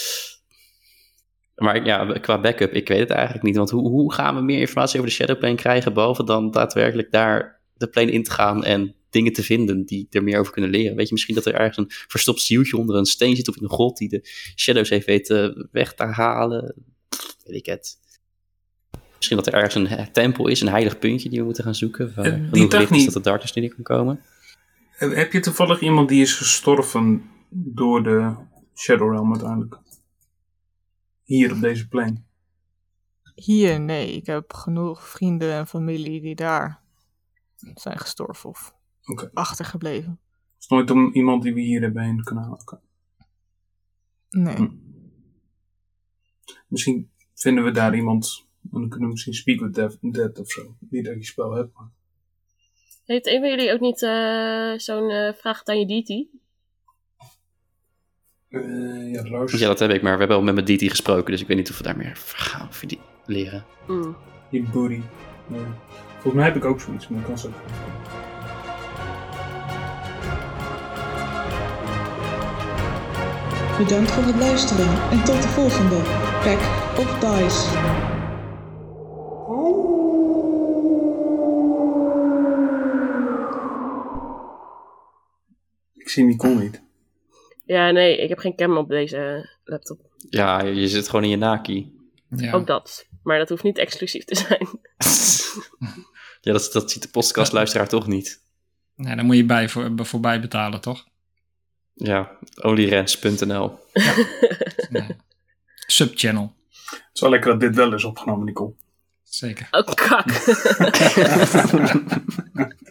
Speaker 1: maar ja, qua backup, ik weet het eigenlijk niet. Want hoe, hoe gaan we meer informatie over de Shadowplane krijgen, behalve dan daadwerkelijk daar de plane in te gaan en dingen te vinden die er meer over kunnen leren? Weet je misschien dat er ergens een verstopt zieltje onder een steen zit of in een grot die de Shadows heeft weten weg te halen? Weet ik het. Misschien dat er ergens een tempel is, een heilig puntje die we moeten gaan zoeken. Waar
Speaker 5: Eh, die
Speaker 1: genoeg
Speaker 5: dag
Speaker 1: licht is
Speaker 5: niet.
Speaker 1: dat de darkness niet in kan komen.
Speaker 5: Eh, Heb je toevallig iemand die is gestorven door de Shadow Realm uiteindelijk? Hier op deze plane.
Speaker 6: Hier, nee. Ik heb genoeg vrienden en familie die daar zijn gestorven of
Speaker 5: Oké.
Speaker 6: achtergebleven.
Speaker 5: Het is nooit om iemand die we hier hebben heen kunnen halen. Okay.
Speaker 6: Nee.
Speaker 5: Hm. Misschien vinden we daar iemand... En dan kunnen we misschien Speak with Death, Dead of zo. Niet dat je spel hebt, maar...
Speaker 4: Heeft een van jullie ook niet uh, zo'n uh, vraag aan je D T?
Speaker 5: Uh, ja, Lars.
Speaker 1: Ja, dat heb ik, maar we hebben al met mijn D T gesproken, dus ik weet niet of we daar meer gaan of die leren.
Speaker 4: Mm.
Speaker 5: Die booty. Nee. Volgens mij heb ik ook zoiets, maar dat kan zo.
Speaker 2: Bedankt voor het luisteren en tot de volgende Pack of Dice.
Speaker 5: Ik zie Nicole niet.
Speaker 4: Ja, nee, ik heb geen cam op deze laptop.
Speaker 1: Ja, je zit gewoon in je naki.
Speaker 3: Ja.
Speaker 4: Ook dat. Maar dat hoeft niet exclusief te zijn.
Speaker 1: Ja, dat, dat ziet de podcastluisteraar toch niet.
Speaker 3: Nee, daar moet je bij voor, voorbij betalen, toch?
Speaker 1: Ja, onlyrens punt n l.
Speaker 3: Ja. Nee. Subchannel.
Speaker 5: Het is wel lekker dat dit wel is opgenomen, Nicole.
Speaker 3: Zeker.
Speaker 4: Oh, kak.